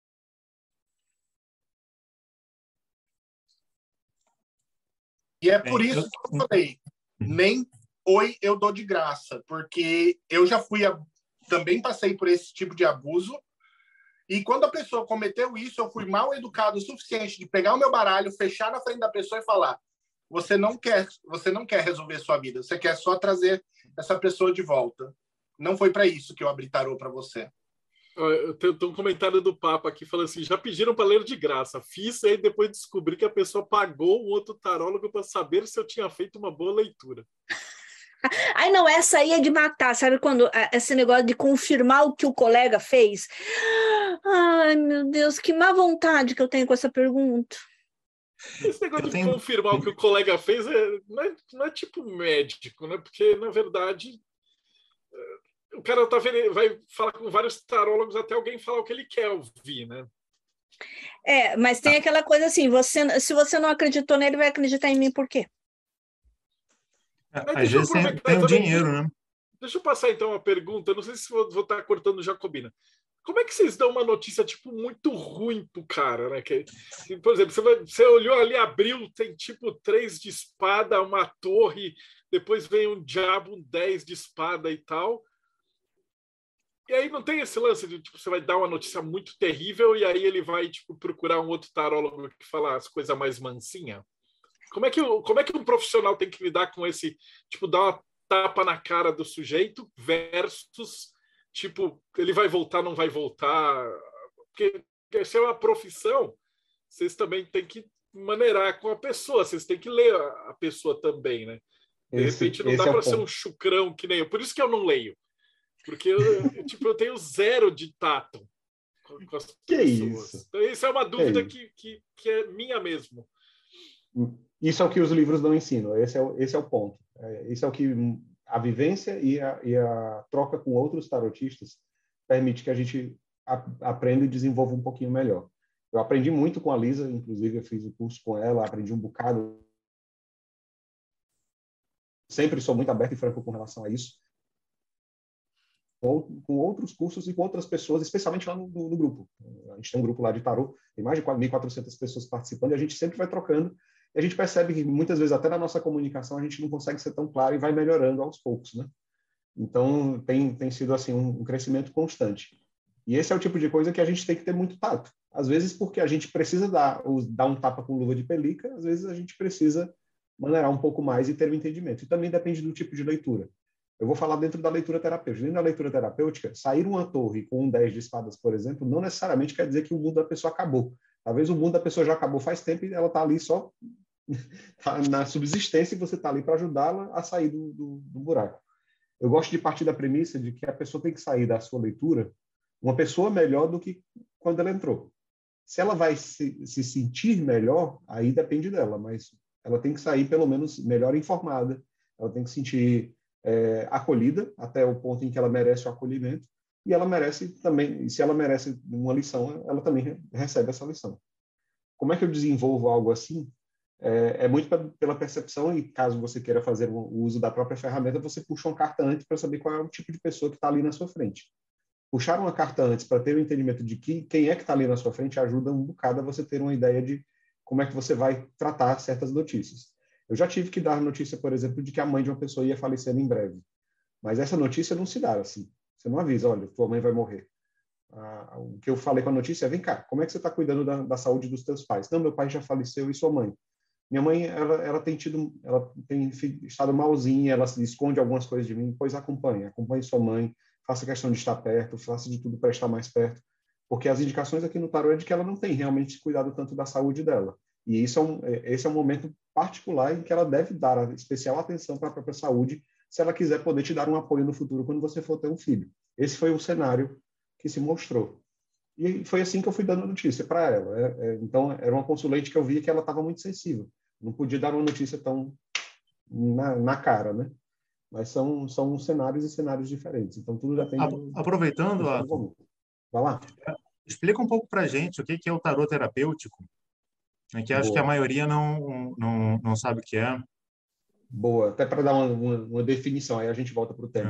E é por isso que eu falei, nem oi eu dou de graça, porque eu já fui, a... também passei por esse tipo de abuso, e quando a pessoa cometeu isso, eu fui mal educado o suficiente de pegar o meu baralho, fechar na frente da pessoa e falar, você não quer, você não quer resolver sua vida, você quer só trazer essa pessoa de volta. Não foi para isso que eu abri tarô para você. Eu tenho um comentário do Papa aqui falando assim: já pediram para ler de graça. Fiz e aí depois descobri que a pessoa pagou um outro tarólogo para saber se eu tinha feito uma boa leitura. Ai, não, essa aí é de matar, sabe quando esse negócio de confirmar o que o colega fez? Ai, meu Deus, que má vontade que eu tenho com essa pergunta. Esse negócio Eu de tenho... confirmar o que o colega fez é, não, é, não é tipo médico, né? Porque, na verdade, o cara tá vendo, vai falar com vários tarólogos até alguém falar o que ele quer ouvir, né? É, mas tem aquela coisa assim, você, se você não acreditou nele, vai acreditar em mim por quê? Às vezes tem, tem o dinheiro, né? Deixa eu passar então uma pergunta, não sei se vou, vou estar cortando Jacobina. Como é que vocês dão uma notícia, tipo, muito ruim pro cara, né? Que, que, por exemplo, você, vai, você olhou ali, abriu, tem tipo três de espada, uma torre, depois vem um diabo, um dez de espada e tal. E aí não tem esse lance de, tipo, você vai dar uma notícia muito terrível e aí ele vai, tipo, procurar um outro tarólogo que fala as coisas mais mansinha? Como é que, como é que um profissional tem que lidar com esse, tipo, dar uma tapa na cara do sujeito versus, tipo, ele vai voltar, não vai voltar? Porque, porque se é uma profissão, vocês também têm que maneirar com a pessoa, vocês têm que ler a, a pessoa também, né? De Esse, repente não esse dá é para o ser ponto. um chucrão que nem eu. Por isso que eu não leio. Porque eu, tipo, eu tenho zero de tato com, com as Que pessoas. isso? Então, isso é uma dúvida Que que, que, que é minha mesmo. Isso é o que os livros não ensinam, esse é o, esse é o ponto. É, isso é o que a vivência e a, e a troca com outros tarotistas permite que a gente a, aprenda e desenvolva um pouquinho melhor. Eu aprendi muito com a Lisa, inclusive eu fiz o curso com ela, aprendi um bocado. Sempre sou muito aberto e franco com relação a isso. Com, com outros cursos e com outras pessoas, especialmente lá no, no, no grupo. A gente tem um grupo lá de tarô, tem mais de mil e quatrocentas pessoas participando e a gente sempre vai trocando. E a gente percebe que muitas vezes até na nossa comunicação a gente não consegue ser tão claro e vai melhorando aos poucos, né? Então tem tem sido assim um, um crescimento constante. E esse é o tipo de coisa que a gente tem que ter muito tato. Às vezes porque a gente precisa dar dar um tapa com luva de pelica, às vezes a gente precisa maneirar um pouco mais e ter um entendimento. E também depende do tipo de leitura. Eu vou falar dentro da leitura terapêutica. Dentro da leitura terapêutica, sair uma torre com um dez de espadas, por exemplo, não necessariamente quer dizer que o mundo da pessoa acabou. Talvez o mundo da pessoa já acabou faz tempo e ela está ali só tá na subsistência e você está ali para ajudá-la a sair do, do, do buraco. Eu gosto de partir da premissa de que a pessoa tem que sair da sua leitura uma pessoa melhor do que quando ela entrou. Se ela vai se, se sentir melhor, aí depende dela, mas ela tem que sair pelo menos melhor informada, ela tem que sentir é, acolhida até o ponto em que ela merece o acolhimento e ela merece também, e se ela merece uma lição, ela também recebe essa lição. Como é que eu desenvolvo algo assim? É, é muito pela percepção e caso você queira fazer o uso da própria ferramenta, você puxa uma carta antes para saber qual é o tipo de pessoa que está ali na sua frente. Puxar uma carta antes para ter o entendimento de que, quem é que está ali na sua frente ajuda um bocado a você ter uma ideia de como é que você vai tratar certas notícias. Eu já tive que dar notícia, por exemplo, de que a mãe de uma pessoa ia falecer em breve. Mas essa notícia não se dá assim. Você não avisa, olha, tua mãe vai morrer. Ah, o que eu falei com a notícia é, vem cá, como é que você está cuidando da, da saúde dos teus pais? Não, meu pai já faleceu e sua mãe. Minha mãe, ela, ela tem tido, ela tem estado malzinha, ela se esconde algumas coisas de mim, pois acompanhe, acompanhe sua mãe, faça questão de estar perto, faça de tudo para estar mais perto, porque as indicações aqui no tarô é de que ela não tem realmente cuidado tanto da saúde dela. E isso é um, esse é um momento particular em que ela deve dar especial atenção para a própria saúde, se ela quiser poder te dar um apoio no futuro quando você for ter um filho. Esse foi o cenário que se mostrou. E foi assim que eu fui dando notícia para ela. É, é, então, era uma consulente que eu via que ela estava muito sensível. Não podia dar uma notícia tão na, na cara, né? Mas são, são cenários e cenários diferentes. Então, tudo depende... Do, Aproveitando, do Arthur, vai lá. Explica um pouco para a gente o que é o tarô terapêutico, é que acho Boa. que a maioria não, não, não sabe o que é. Boa, até para dar uma, uma, uma definição, aí a gente volta para o tema. É.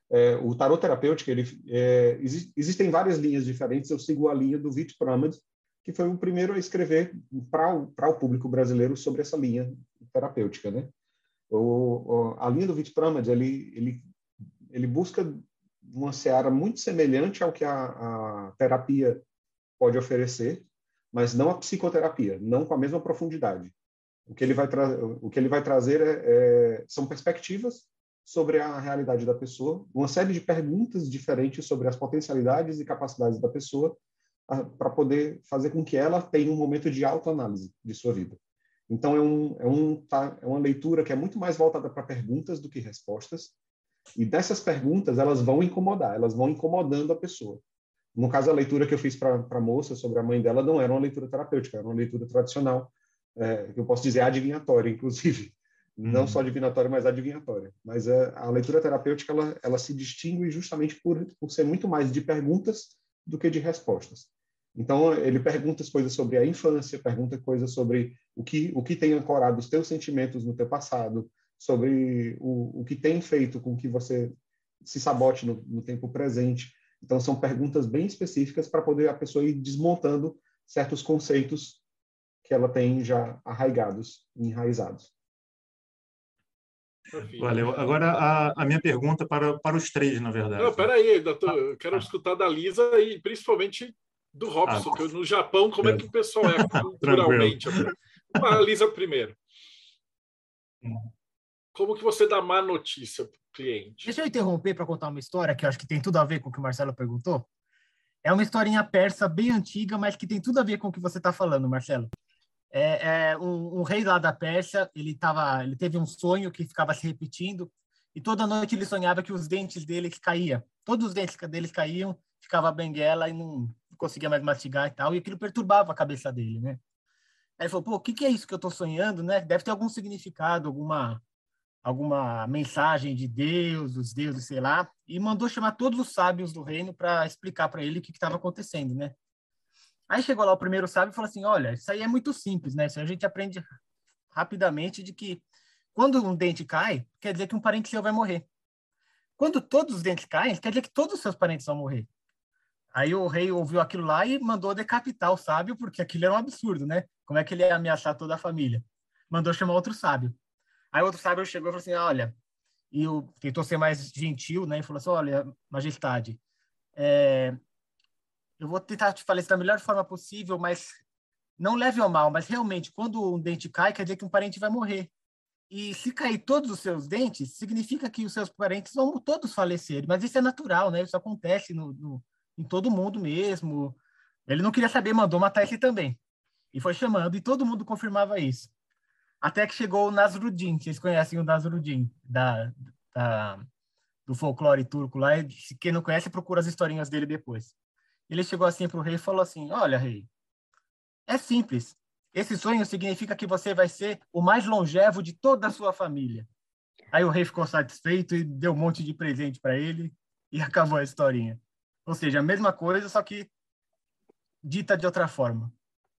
É, o tarot terapêutico, ele, é, exi existem várias linhas diferentes. Eu sigo a linha do Vit Pramad, que foi o primeiro a escrever para o público brasileiro sobre essa linha terapêutica, né? O, o, a linha do Vit Pramad, ele, ele, ele busca uma seara muito semelhante ao que a, a terapia pode oferecer, mas não a psicoterapia, não com a mesma profundidade. O que ele vai, o que ele vai trazer é, é, são perspectivas sobre a realidade da pessoa, uma série de perguntas diferentes sobre as potencialidades e capacidades da pessoa, para poder fazer com que ela tenha um momento de autoanálise de sua vida. Então, é, um, é, um, tá, é uma leitura que é muito mais voltada para perguntas do que respostas, e dessas perguntas, elas vão incomodar, elas vão incomodando a pessoa. No caso, a leitura que eu fiz para a moça sobre a mãe dela não era uma leitura terapêutica, era uma leitura tradicional, é, que eu posso dizer adivinhatória, inclusive. Uhum. Não só divinatória, mas adivinhatória. Mas é, a leitura terapêutica, ela, ela se distingue justamente por, por ser muito mais de perguntas do que de respostas. Então, ele pergunta coisas sobre a infância, pergunta coisas sobre o que, o que tem ancorado os teus sentimentos no teu passado, sobre o, o que tem feito com que você se sabote no, no tempo presente. Então, são perguntas bem específicas para poder a pessoa ir desmontando certos conceitos que ela tem já arraigados, enraizados. Valeu. Agora, a, a minha pergunta para, para os três, na verdade. Não, peraí, doutor, eu quero ah. escutar da Lisa e principalmente do Robson, ah, que no Japão, como é que o pessoal é culturalmente? A Lisa primeiro. Como que você dá má notícia para o cliente? Deixa eu interromper para contar uma história que eu acho que tem tudo a ver com o que o Marcelo perguntou. É uma historinha persa bem antiga, mas que tem tudo a ver com o que você está falando, Marcelo. É, é um, um rei lá da Pérsia, ele, tava, ele teve um sonho que ficava se repetindo, e toda noite ele sonhava que os dentes dele caíam. Todos os dentes dele caíam, ficava benguela e não conseguia mais mastigar e tal, e aquilo perturbava a cabeça dele, né? Aí ele falou, pô, o que, que é isso que eu estou sonhando, né? Deve ter algum significado, alguma, alguma mensagem de Deus, dos deuses, sei lá, e mandou chamar todos os sábios do reino para explicar para ele o que estava acontecendo, né? Aí chegou lá o primeiro sábio e falou assim, olha, isso aí é muito simples, né? Isso a gente aprende rapidamente de que quando um dente cai, quer dizer que um parente seu vai morrer. Quando todos os dentes caem, quer dizer que todos os seus parentes vão morrer. Aí o rei ouviu aquilo lá e mandou decapitar o sábio, porque aquilo era um absurdo, né? Como é que ele ia ameaçar toda a família? Mandou chamar outro sábio. Aí outro sábio chegou e falou assim, olha, e o, tentou ser mais gentil, né? E falou assim, olha, majestade, é, eu vou tentar te falar isso da melhor forma possível, mas não leve ao mal, mas realmente, quando um dente cai, quer dizer que um parente vai morrer. E se cair todos os seus dentes, significa que os seus parentes vão todos falecer. Mas isso é natural, né? Isso acontece no, no, em todo mundo mesmo. Ele não queria saber, mandou matar esse também. E foi chamando, e todo mundo confirmava isso. Até que chegou o Nasruddin. Vocês conhecem o Nasruddin, da, da, do folclore turco lá. E quem não conhece, procura as historinhas dele depois. Ele chegou assim para o rei e falou assim, olha, rei, é simples. Esse sonho significa que você vai ser o mais longevo de toda a sua família. Aí o rei ficou satisfeito e deu um monte de presente para ele e acabou a historinha. Ou seja, a mesma coisa, só que dita de outra forma.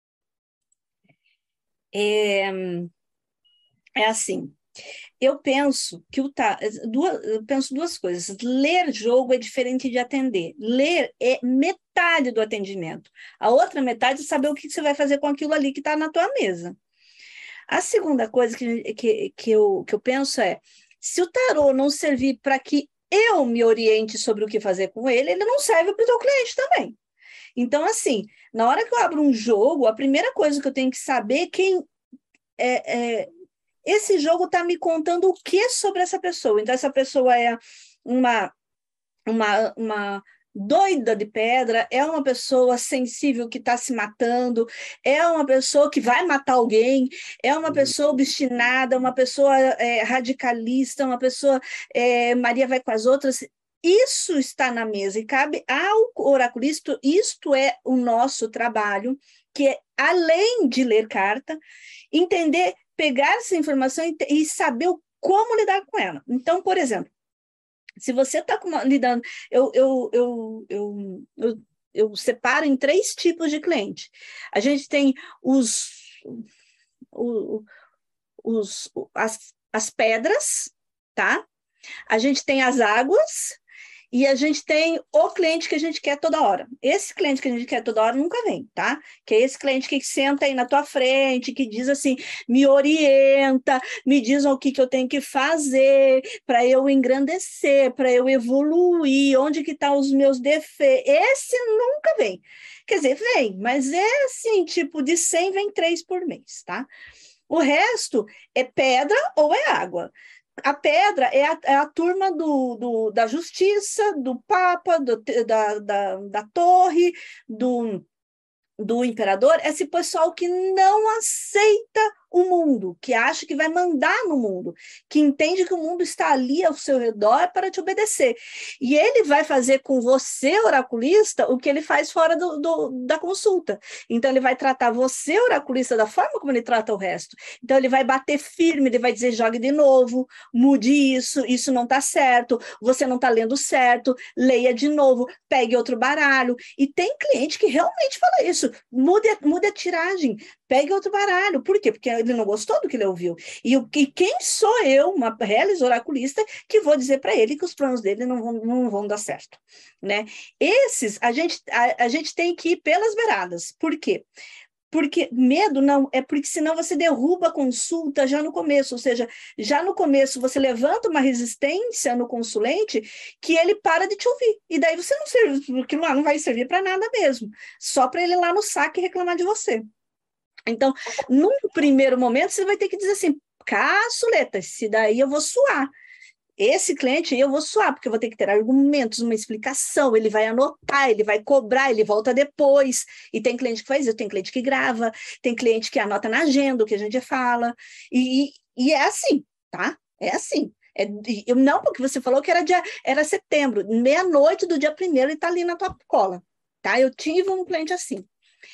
É, é assim, eu penso que o tá, duas, eu penso duas coisas. Ler jogo é diferente de atender. Ler é metade do atendimento. A outra metade é saber o que você vai fazer com aquilo ali que está na tua mesa. A segunda coisa que, que, que, eu, que eu penso é, se o tarô não servir para que eu me oriente sobre o que fazer com ele, ele não serve para o teu cliente também. Então, assim, na hora que eu abro um jogo, a primeira coisa que eu tenho que saber é quem... É, é, esse jogo está me contando o que sobre essa pessoa. Então, essa pessoa é uma, uma, uma doida de pedra, é uma pessoa sensível que está se matando, é uma pessoa que vai matar alguém, é uma pessoa obstinada, uma pessoa é, radicalista, uma pessoa é, Maria vai com as outras. Isso está na mesa e cabe ao oraculista. Isto é o nosso trabalho, que é, além de ler carta, entender, pegar essa informação e, e saber como lidar com ela. Então, por exemplo, se você está lidando... Eu, eu, eu, eu, eu, eu separo em três tipos de cliente. A gente tem os, os, os, as, as pedras, tá? A gente tem as águas e a gente tem o cliente que a gente quer toda hora. Esse cliente que a gente quer toda hora nunca vem, tá? Que é esse cliente que senta aí na tua frente, que diz assim, me orienta, me diz o que, que eu tenho que fazer para eu engrandecer, para eu evoluir, onde que estão os meus defeitos. Esse nunca vem. Quer dizer, vem, mas é assim, tipo, de cem vem três por mês, tá? O resto é pedra ou é água. A pedra é a, é a turma do, do, da justiça, do papa, do, da, da, da torre, do, do imperador, esse pessoal que não aceita o mundo, que acha que vai mandar no mundo, que entende que o mundo está ali ao seu redor para te obedecer. E ele vai fazer com você, oraculista, o que ele faz fora do, do, da consulta. Então, ele vai tratar você, oraculista, da forma como ele trata o resto. Então, ele vai bater firme, ele vai dizer, jogue de novo, mude isso, isso não está certo, você não está lendo certo, leia de novo, pegue outro baralho. E tem cliente que realmente fala isso, mude, mude a tiragem, pegue outro baralho. Por quê? Porque ele não gostou do que ele ouviu. E, o, e quem sou eu, uma realizadora oraculista, que vou dizer para ele que os planos dele não vão, não vão dar certo, né? Esses, a gente, a, a gente tem que ir pelas beiradas. Por quê? Porque medo não, é porque senão você derruba a consulta já no começo, ou seja, já no começo você levanta uma resistência no consulente que ele para de te ouvir. E daí você não serve, aquilo lá não vai servir para nada mesmo, só para ele ir lá no saque reclamar de você. Então, num primeiro momento, você vai ter que dizer assim, caçuleta, esse daí eu vou suar. Esse cliente aí eu vou suar, porque eu vou ter que ter argumentos, uma explicação, ele vai anotar, ele vai cobrar, ele volta depois. E tem cliente que faz isso, tem cliente que grava, tem cliente que anota na agenda o que a gente fala. E, e é assim, tá? É assim. É, eu, não, porque você falou que era, dia, era setembro, meia-noite do dia primeiro, ele está ali na tua cola. Tá? Eu tive um cliente assim.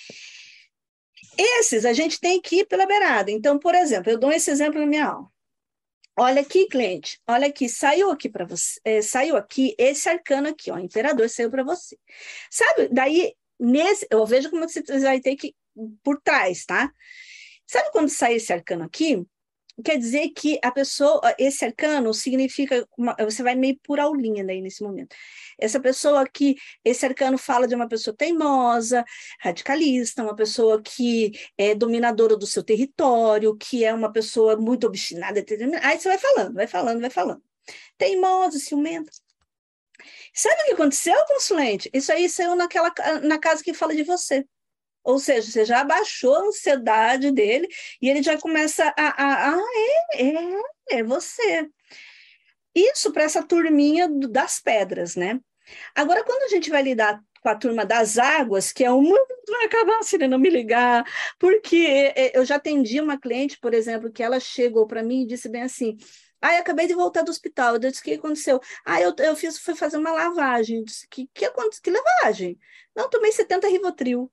Esses a gente tem que ir pela beirada. Então, por exemplo, eu dou esse exemplo na minha aula. Olha aqui, cliente, olha aqui, saiu aqui para você, é, saiu aqui esse arcano aqui, ó, imperador saiu para você. Sabe, daí, nesse, eu vejo como você vai ter que ir por trás, tá? Sabe quando sai esse arcano aqui? Quer dizer que a pessoa, esse arcano significa, uma, você vai meio por aulinha daí nesse momento. Essa pessoa aqui, esse arcano fala de uma pessoa teimosa, radicalista, uma pessoa que é dominadora do seu território, que é uma pessoa muito obstinada. Aí você vai falando, vai falando, vai falando. Teimosa, ciumenta. Sabe o que aconteceu, consulente? Isso aí saiu naquela, na casa que fala de você. Ou seja, você já abaixou a ansiedade dele e ele já começa a... a, a é, é, é você. Isso para essa turminha das pedras, né? Agora, quando a gente vai lidar com a turma das águas, que é o mundo vai acabar se ele não me ligar, porque eu já atendi uma cliente, por exemplo, que ela chegou para mim e disse bem assim, ah, eu acabei de voltar do hospital. Eu disse, o que aconteceu? Ah, eu, eu fiz, fui fazer uma lavagem. Eu disse, que, que, que lavagem? Não, tomei setenta Rivotril.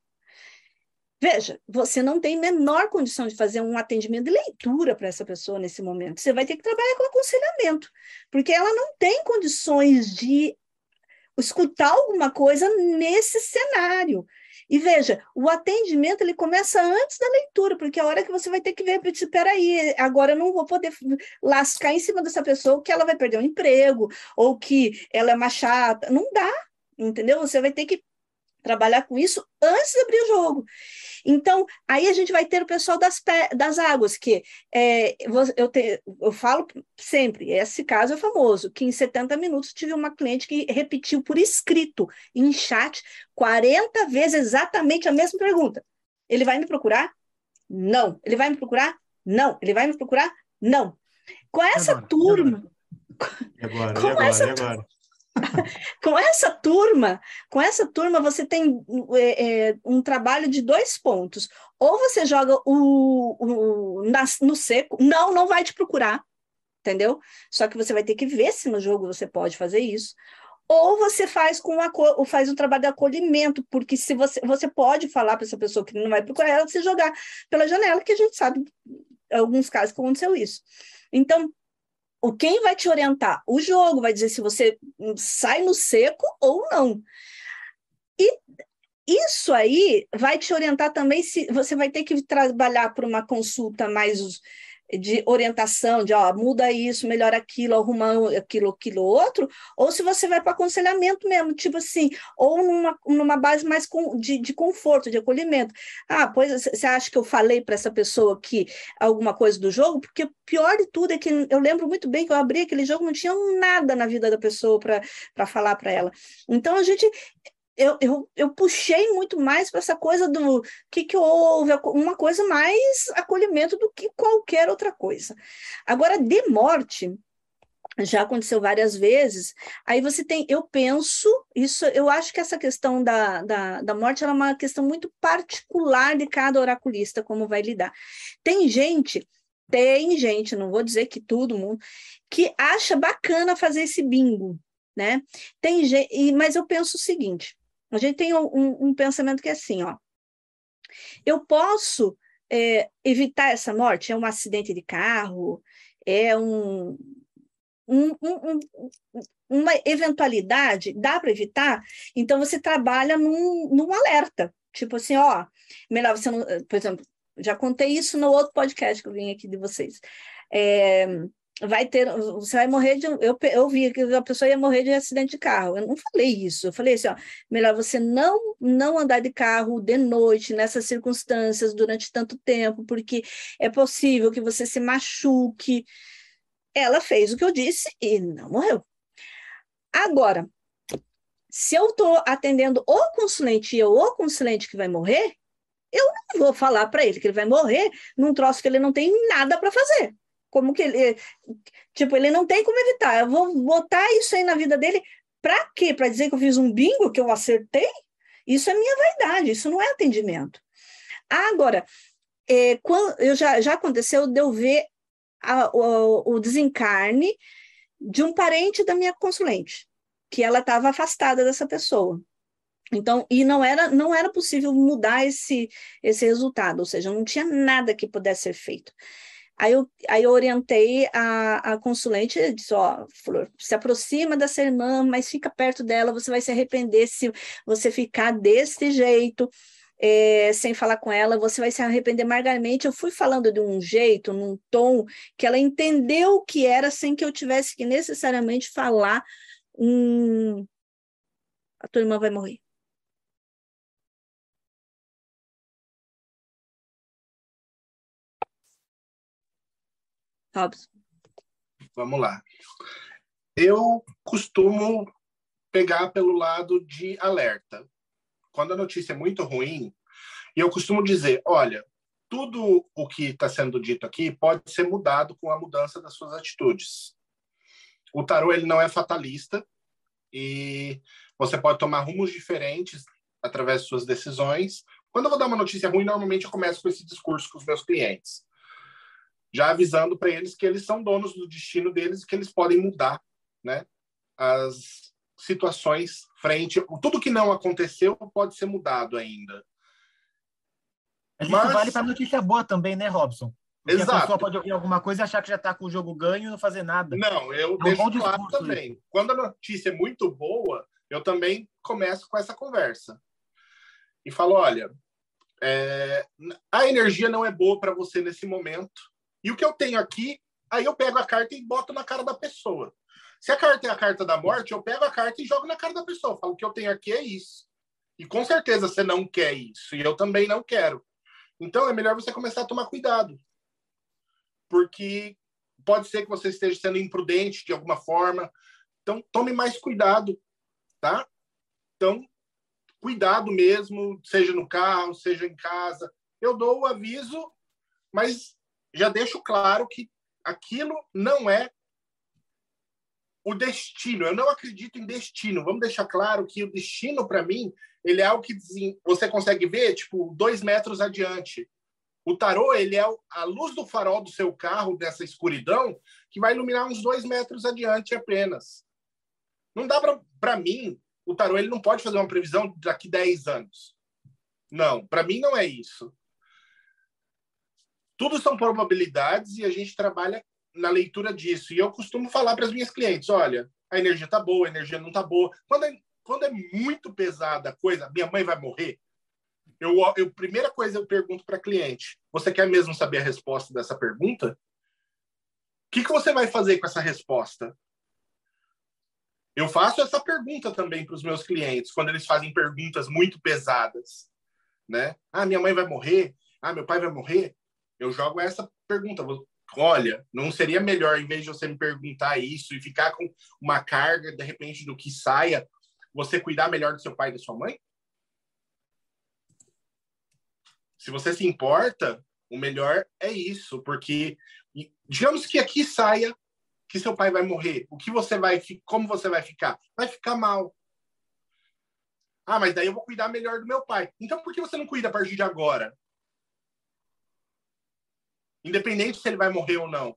Veja, você não tem menor condição de fazer um atendimento de leitura para essa pessoa nesse momento. Você vai ter que trabalhar com aconselhamento, porque ela não tem condições de escutar alguma coisa nesse cenário. E veja, o atendimento ele começa antes da leitura, porque é a hora que você vai ter que ver, espera aí, agora eu não vou poder lascar em cima dessa pessoa que ela vai perder um emprego, ou que ela é uma chata. Não dá, entendeu? Você vai ter que trabalhar com isso antes de abrir o jogo. Então, aí a gente vai ter o pessoal das, das águas, que é, eu, te, eu falo sempre, esse caso é famoso, que em setenta minutos tive uma cliente que repetiu por escrito, em chat, quarenta vezes exatamente a mesma pergunta. Ele vai me procurar? Não. Ele vai me procurar? Não. Ele vai me procurar? Não. Com essa e agora? turma... E agora? Com E agora? essa E agora? Com essa turma, com essa turma você tem é, é, um trabalho de dois pontos. Ou você joga o, o, na, no seco, não, não vai te procurar, entendeu? Só que você vai ter que ver se no jogo você pode fazer isso. Ou você faz com a, faz um trabalho de acolhimento, porque se você, você pode falar para essa pessoa que não vai procurar ela, se jogar pela janela, que a gente sabe em alguns casos que aconteceu isso. Então, o quem vai te orientar? O jogo vai dizer se você sai no seco ou não. E isso aí vai te orientar também se você vai ter que trabalhar por uma consulta mais de orientação, de ó, muda isso, melhora aquilo, arruma aquilo, aquilo outro, ou se você vai para aconselhamento mesmo, tipo assim, ou numa, numa base mais com, de, de conforto, de acolhimento. Ah, pois você acha que eu falei para essa pessoa que alguma coisa do jogo? Porque o pior de tudo é que eu lembro muito bem que eu abri aquele jogo, não tinha nada na vida da pessoa para falar para ela. Então a gente. Eu, eu, eu puxei muito mais para essa coisa do que, que houve, uma coisa mais acolhimento do que qualquer outra coisa. Agora, de morte, já aconteceu várias vezes, aí você tem, eu penso, isso, eu acho que essa questão da, da, da morte ela é uma questão muito particular de cada oraculista, como vai lidar. Tem gente, tem gente, não vou dizer que todo mundo, que acha bacana fazer esse bingo, né? Tem gente, mas eu penso o seguinte, a gente tem um, um pensamento que é assim, ó, eu posso é, evitar essa morte? É um acidente de carro? É um, um, um, um, uma eventualidade? Dá para evitar? Então, você trabalha num, num alerta, tipo assim, ó, melhor você não, por exemplo, já contei isso no outro podcast que eu vim aqui de vocês, é, vai ter, você vai morrer de, eu, eu vi que a pessoa ia morrer de acidente de carro, eu não falei isso, eu falei assim, ó, melhor você não, não andar de carro de noite, nessas circunstâncias, durante tanto tempo, porque é possível que você se machuque. Ela fez o que eu disse e não morreu. Agora, se eu estou atendendo o consulente ou o consulente que vai morrer, eu não vou falar para ele que ele vai morrer num troço que ele não tem nada para fazer. Como que ele, tipo, ele não tem como evitar. Eu vou botar isso aí na vida dele para quê? Para dizer que eu fiz um bingo, que eu acertei? Isso é minha vaidade, isso não é atendimento. Agora, é, quando, eu já, já aconteceu de eu ver a, o, o desencarne de um parente da minha consulente, que ela estava afastada dessa pessoa. Então, e não era, não era possível mudar esse, esse resultado, ou seja, não tinha nada que pudesse ser feito. Aí eu, aí eu orientei a, a consulente, e disse, ó, Flor, se aproxima dessa irmã, mas fica perto dela, você vai se arrepender se você ficar desse jeito, é, sem falar com ela, você vai se arrepender amargamente. Eu fui falando de um jeito, num tom, que ela entendeu o que era, sem que eu tivesse que necessariamente falar, um... a tua irmã vai morrer. Robson. Vamos lá. Eu costumo pegar pelo lado de alerta. Quando a notícia é muito ruim, eu costumo dizer, olha, tudo o que está sendo dito aqui pode ser mudado com a mudança das suas atitudes. O tarô ele não é fatalista e você pode tomar rumos diferentes através de suas decisões. Quando eu vou dar uma notícia ruim, normalmente eu começo com esse discurso com os meus clientes, já avisando para eles que eles são donos do destino deles e que eles podem mudar, né, as situações frente... Tudo que não aconteceu pode ser mudado ainda. Mas, Mas... isso vale para notícia boa também, né, Robson? Porque Exato. a pessoa pode ouvir alguma coisa e achar que já está com o jogo ganho e não fazer nada. Não, eu é um deixo bom claro também. Isso. Quando a notícia é muito boa, eu também começo com essa conversa. E falo, olha, é... a energia não é boa para você nesse momento. E o que eu tenho aqui, aí eu pego a carta e boto na cara da pessoa. Se a carta é a carta da morte, eu pego a carta e jogo na cara da pessoa. Eu falo, o que eu tenho aqui é isso. E com certeza você não quer isso. E eu também não quero. Então é melhor você começar a tomar cuidado. Porque pode ser que você esteja sendo imprudente de alguma forma. Então tome mais cuidado, tá? Então, cuidado mesmo, seja no carro, seja em casa. Eu dou o aviso, mas já deixo claro que aquilo não é o destino. Eu não acredito em destino. Vamos deixar claro que o destino, para mim, ele é algo que você consegue ver, tipo, dois metros adiante. O tarô, ele é a luz do farol do seu carro, dessa escuridão, que vai iluminar uns dois metros adiante apenas. Não dá para mim, o tarô, ele não pode fazer uma previsão daqui dez anos. Não, para mim não é isso. Tudo são probabilidades e a gente trabalha na leitura disso. E eu costumo falar para as minhas clientes, olha, a energia tá boa, a energia não tá boa. Quando é, quando é muito pesada a coisa, minha mãe vai morrer, eu, eu primeira coisa eu pergunto para a cliente, você quer mesmo saber a resposta dessa pergunta? que, que você vai fazer com essa resposta? Eu faço essa pergunta também para os meus clientes, quando eles fazem perguntas muito pesadas, né? Ah, minha mãe vai morrer? Ah, meu pai vai morrer? Eu jogo essa pergunta. Olha, não seria melhor, em vez de você me perguntar isso e ficar com uma carga, de repente, do que saia, você cuidar melhor do seu pai e da sua mãe? Se você se importa, o melhor é isso, porque digamos que aqui saia que seu pai vai morrer. O que você vai, como você vai ficar? Vai ficar mal. Ah, mas daí eu vou cuidar melhor do meu pai. Então por que você não cuida a partir de agora? Independente se ele vai morrer ou não.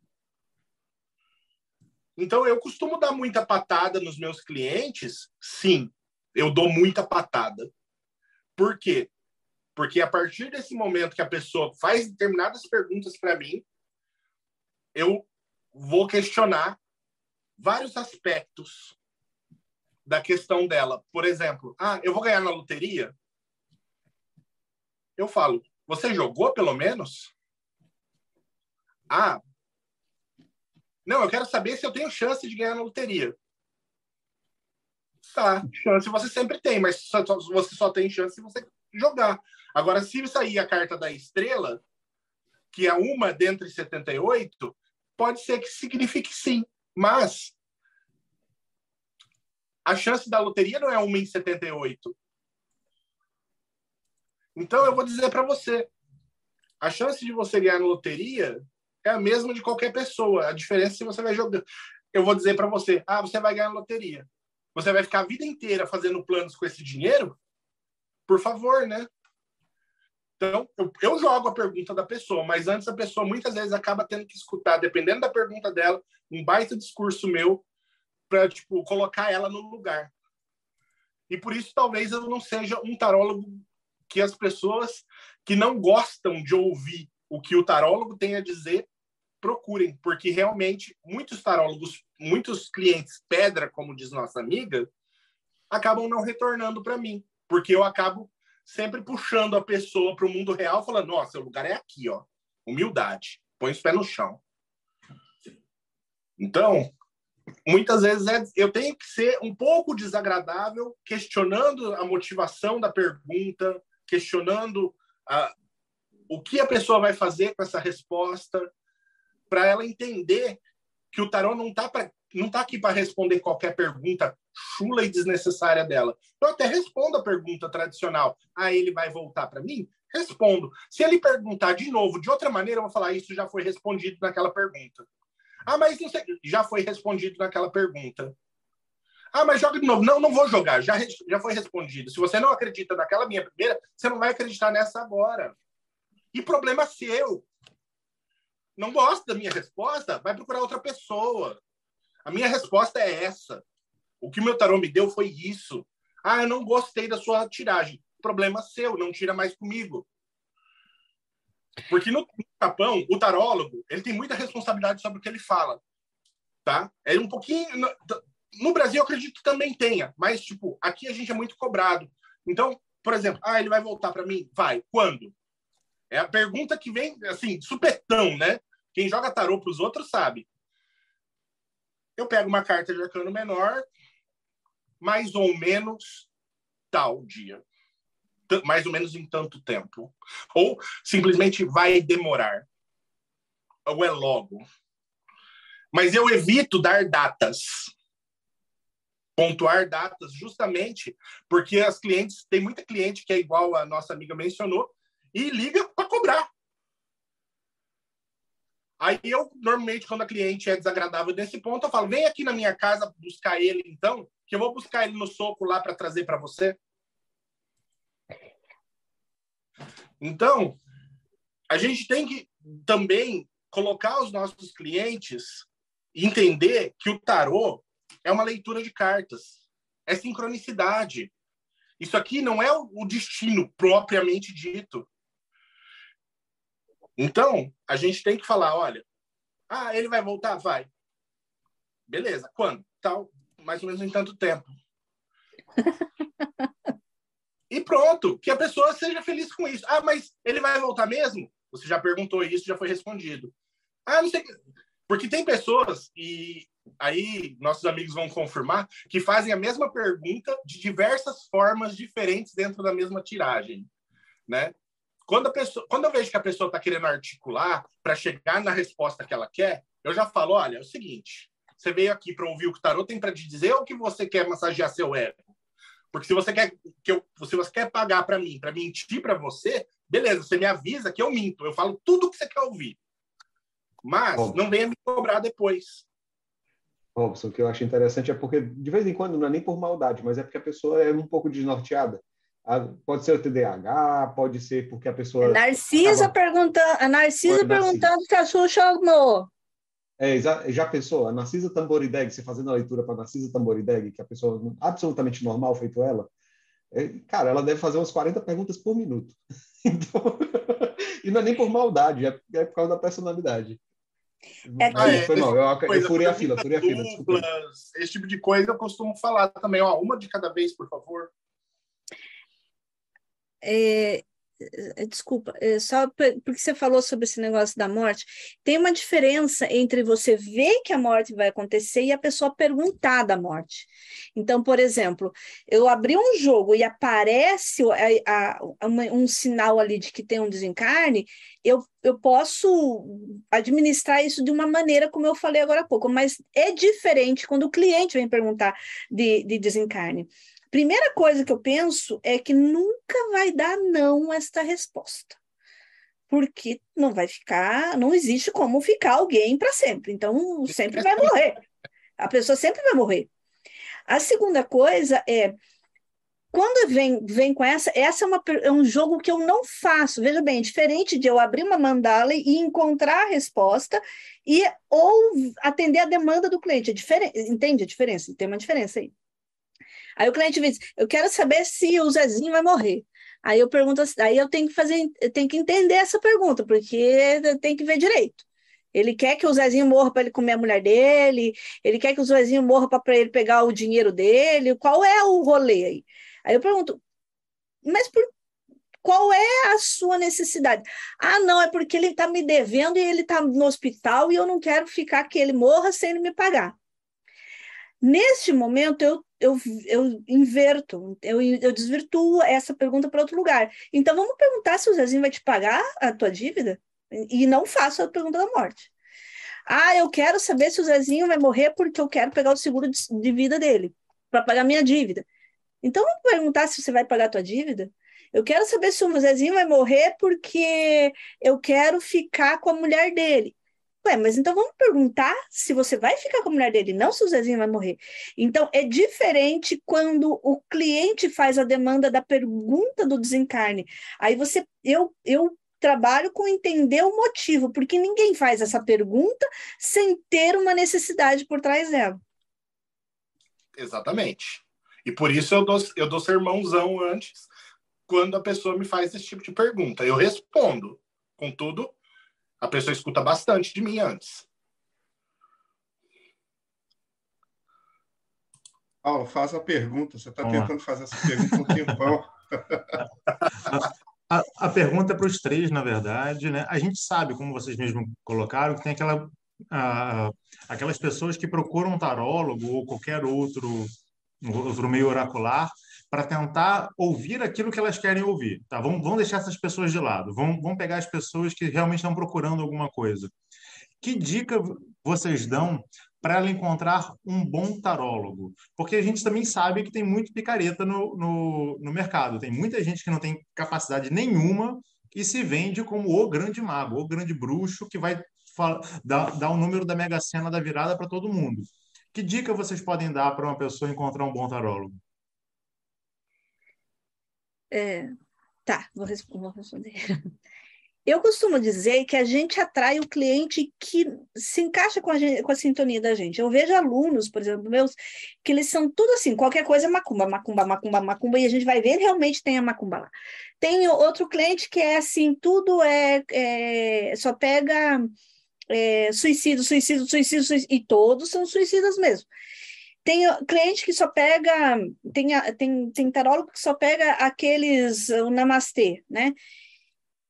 Então eu costumo dar muita patada nos meus clientes. Sim, eu dou muita patada. Por quê? Porque a partir desse momento que a pessoa faz determinadas perguntas para mim, eu vou questionar vários aspectos da questão dela. Por exemplo, ah, eu vou ganhar na loteria? Eu falo, você jogou pelo menos? Ah, não, eu quero saber se eu tenho chance de ganhar na loteria. Tá, chance você sempre tem, mas só, você só tem chance se você jogar. Agora, se sair a carta da estrela, que é uma dentre setenta e oito, pode ser que signifique sim, mas a chance da loteria não é uma em setenta e oito. Então, eu vou dizer para você, a chance de você ganhar na loteria é a mesma de qualquer pessoa. A diferença é se você vai jogar. Eu vou dizer para você, ah, você vai ganhar na loteria. Você vai ficar a vida inteira fazendo planos com esse dinheiro? Por favor, né? Então, eu, eu jogo a pergunta da pessoa, mas antes a pessoa muitas vezes acaba tendo que escutar, dependendo da pergunta dela, um baita discurso meu para, tipo, colocar ela no lugar. E por isso talvez eu não seja um tarólogo que as pessoas que não gostam de ouvir o que o tarólogo tem a dizer procurem, porque realmente muitos tarólogos, muitos clientes pedra, como diz nossa amiga, acabam não retornando para mim, porque eu acabo sempre puxando a pessoa para o mundo real, falando, nossa, o lugar é aqui, ó. Humildade. Põe os pés no chão. Então, muitas vezes é, eu tenho que ser um pouco desagradável, questionando a motivação da pergunta, questionando a, o que a pessoa vai fazer com essa resposta, para ela entender que o tarô não está não tá aqui para responder qualquer pergunta chula e desnecessária dela. Eu até respondo a pergunta tradicional. Ah, ele vai voltar para mim? Respondo. Se ele perguntar de novo, de outra maneira, eu vou falar, isso já foi respondido naquela pergunta. Ah, mas não sei, já foi respondido naquela pergunta. Ah, mas joga de novo. Não, não vou jogar, já, já foi respondido. Se você não acredita naquela minha primeira, você não vai acreditar nessa agora. E problema seu. Não gosta da minha resposta? Vai procurar outra pessoa. A minha resposta é essa. O que o meu tarô me deu foi isso. Ah, eu não gostei da sua tiragem. Problema seu, não tira mais comigo. Porque no Japão, o tarólogo, ele tem muita responsabilidade sobre o que ele fala. Tá? É um pouquinho... No Brasil, eu acredito que também tenha. Mas, tipo, aqui a gente é muito cobrado. Então, por exemplo, ah, ele vai voltar para mim? Vai. Quando? É a pergunta que vem, assim, supetão, né? Quem joga tarô para os outros sabe. Eu pego uma carta de arcano menor, mais ou menos tal dia. T- mais ou menos em tanto tempo. Ou simplesmente vai demorar. Ou é logo. Mas eu evito dar datas. Pontuar datas justamente porque as clientes, tem muita cliente que é igual a nossa amiga mencionou, e liga para cobrar. Aí eu, normalmente, quando a cliente é desagradável nesse ponto, eu falo, vem aqui na minha casa buscar ele, então, que eu vou buscar ele no soco lá para trazer para você. Então, a gente tem que também colocar os nossos clientes e entender que o tarô é uma leitura de cartas. É sincronicidade. Isso aqui não é o destino propriamente dito. Então, a gente tem que falar, olha, ah, ele vai voltar? Vai. Beleza, quando? Tal, mais ou menos em tanto tempo. E pronto, que a pessoa seja feliz com isso. Ah, mas ele vai voltar mesmo? Você já perguntou isso, já foi respondido. Ah, não sei. Porque tem pessoas, e aí nossos amigos vão confirmar, que fazem a mesma pergunta de diversas formas diferentes dentro da mesma tiragem, né? Quando, a pessoa, quando eu vejo que a pessoa está querendo articular para chegar na resposta que ela quer, eu já falo, olha, é o seguinte, você veio aqui para ouvir o que o tarô tem para te dizer ou que você quer massagear seu ego? Porque se você quer, que eu, se você quer pagar para mim, para mentir para você, beleza, você me avisa que eu minto, eu falo tudo o que você quer ouvir. Mas Bom. não venha me cobrar depois. Robson, o que eu acho interessante é porque, de vez em quando, não é nem por maldade, mas é porque a pessoa é um pouco desnorteada. Pode ser o T D A H, pode ser porque a pessoa... A Narcisa acaba... perguntando, a Narcisa Oi, perguntando se a Xuxa amou. É, já, já pensou? A Narcisa Tamborideg, você fazendo a leitura para a Narcisa Tamborideg, que é a pessoa absolutamente normal, feito ela, é, cara, ela deve fazer umas quarenta perguntas por minuto. Então, e não é nem por maldade, é, é por causa da personalidade. É Ah, é, Foi mal, eu, coisa, eu furei a fila, furei a fila, desculpa. Duplas, esse tipo de coisa eu costumo falar também. Ó, uma de cada vez, por favor. É, desculpa, é só porque você falou sobre esse negócio da morte, tem uma diferença entre você ver que a morte vai acontecer e a pessoa perguntar da morte. Então, por exemplo, eu abri um jogo e aparece a, a, uma, um sinal ali de que tem um desencarne, eu, eu posso administrar isso de uma maneira como eu falei agora há pouco, mas é diferente quando o cliente vem perguntar de, de desencarne. Primeira coisa que eu penso é que nunca vai dar não esta resposta, porque não vai ficar, não existe como ficar alguém para sempre, então sempre vai morrer, a pessoa sempre vai morrer. A segunda coisa é, quando vem, vem com essa, essa é, uma, é um jogo que eu não faço, veja bem, é diferente de eu abrir uma mandala e encontrar a resposta e ou atender a demanda do cliente, é diferente, entende a diferença? Tem uma diferença aí. Aí o cliente diz, eu quero saber se o Zezinho vai morrer. Aí eu pergunto, aí eu tenho que fazer, eu tenho que entender essa pergunta, porque tem que ver direito. Ele quer que o Zezinho morra para ele comer a mulher dele, ele quer que o Zezinho morra para ele pegar o dinheiro dele, qual é o rolê aí? Aí eu pergunto, mas por, qual é a sua necessidade? Ah, não, é porque ele está me devendo e ele está no hospital e eu não quero ficar que ele morra sem ele me pagar. Neste momento, eu, eu, eu inverto, eu, eu desvirtuo essa pergunta para outro lugar. Então, vamos perguntar se o Zezinho vai te pagar a tua dívida? E não faço a pergunta da morte. Ah, eu quero saber se o Zezinho vai morrer porque eu quero pegar o seguro de, de vida dele, para pagar minha dívida. Então, vamos perguntar se você vai pagar a tua dívida? Eu quero saber se o Zezinho vai morrer porque eu quero ficar com a mulher dele. Ué, mas então vamos perguntar se você vai ficar com a mulher dele, não se o Zezinho vai morrer. Então, é diferente quando o cliente faz a demanda da pergunta do desencarne. Aí você, eu, eu trabalho com entender o motivo, porque ninguém faz essa pergunta sem ter uma necessidade por trás dela. Exatamente. E por isso eu dou, eu dou sermãozão antes, quando a pessoa me faz esse tipo de pergunta. Eu respondo. Contudo, a pessoa escuta bastante de mim antes. Paulo, faz a pergunta. Você está tentando fazer essa pergunta há um tempão. A, a pergunta é para os três, na verdade, né? A gente sabe, como vocês mesmos colocaram, que tem aquela, a, aquelas pessoas que procuram um tarólogo ou qualquer outro, outro meio oracular para tentar ouvir aquilo que elas querem ouvir. Tá? Vamos, vamos deixar essas pessoas de lado. Vamos, vamos pegar as pessoas que realmente estão procurando alguma coisa. Que dica vocês dão para ela encontrar um bom tarólogo? Porque a gente também sabe que tem muito picareta no, no, no mercado. Tem muita gente que não tem capacidade nenhuma e se vende como o grande mago, o grande bruxo que vai dar, dar o número da Mega Sena da virada para todo mundo. Que dica vocês podem dar para uma pessoa encontrar um bom tarólogo? É, tá, vou, vou responder. Eu costumo dizer que a gente atrai o cliente que se encaixa com a, gente, com a sintonia da gente. Eu vejo alunos, por exemplo, meus, que eles são tudo assim, qualquer coisa é macumba, macumba, macumba, macumba, e a gente vai ver, realmente tem a macumba lá. Tem outro cliente que é assim, tudo é, é só pega é, suicídio, suicídio, suicídio, suicídio, e todos são suicidas mesmo. Tem cliente que só pega, tem, tem, tem tarólogo que só pega aqueles, o namastê, né?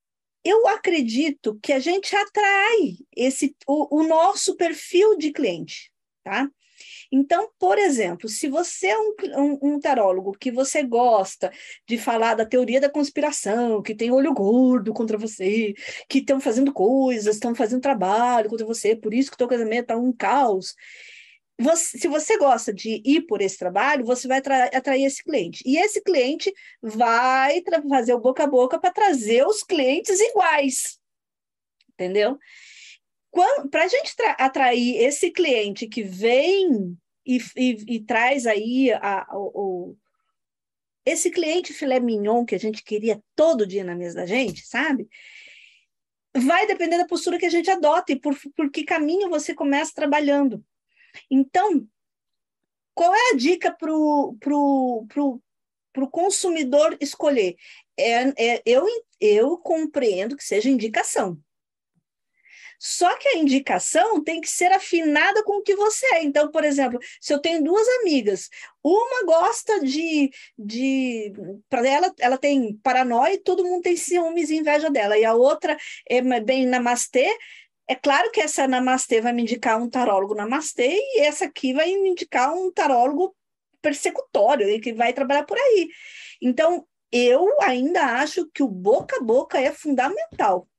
eu acredito que a gente atrai esse, o, o nosso perfil de cliente, tá? Então, por exemplo, se você é um, um, um tarólogo que você gosta de falar da teoria da conspiração, que tem olho gordo contra você, que estão fazendo coisas, estão fazendo trabalho contra você, por isso que o teu casamento está um caos. Você, se você gosta de ir por esse trabalho, você vai atrair esse cliente. E esse cliente vai fazer o boca a boca para trazer os clientes iguais. Entendeu? Para a gente atrair esse cliente que vem e, e, e traz aí a, a, o, esse cliente filé mignon que a gente queria todo dia na mesa da gente, sabe? Vai depender da postura que a gente adota e por, por que caminho você começa trabalhando. Então, qual é a dica para o pro, pro, pro consumidor escolher? É, é, eu, eu compreendo que seja indicação. Só que a indicação tem que ser afinada com o que você é. Então, por exemplo, se eu tenho duas amigas, uma gosta de... de para ela, ela tem paranoia e todo mundo tem ciúmes e inveja dela. E a outra é bem namastê. É claro que essa namastê vai me indicar um tarólogo namastê e essa aqui vai me indicar um tarólogo persecutório, que vai trabalhar por aí. Então, eu ainda acho que o boca a boca é fundamental.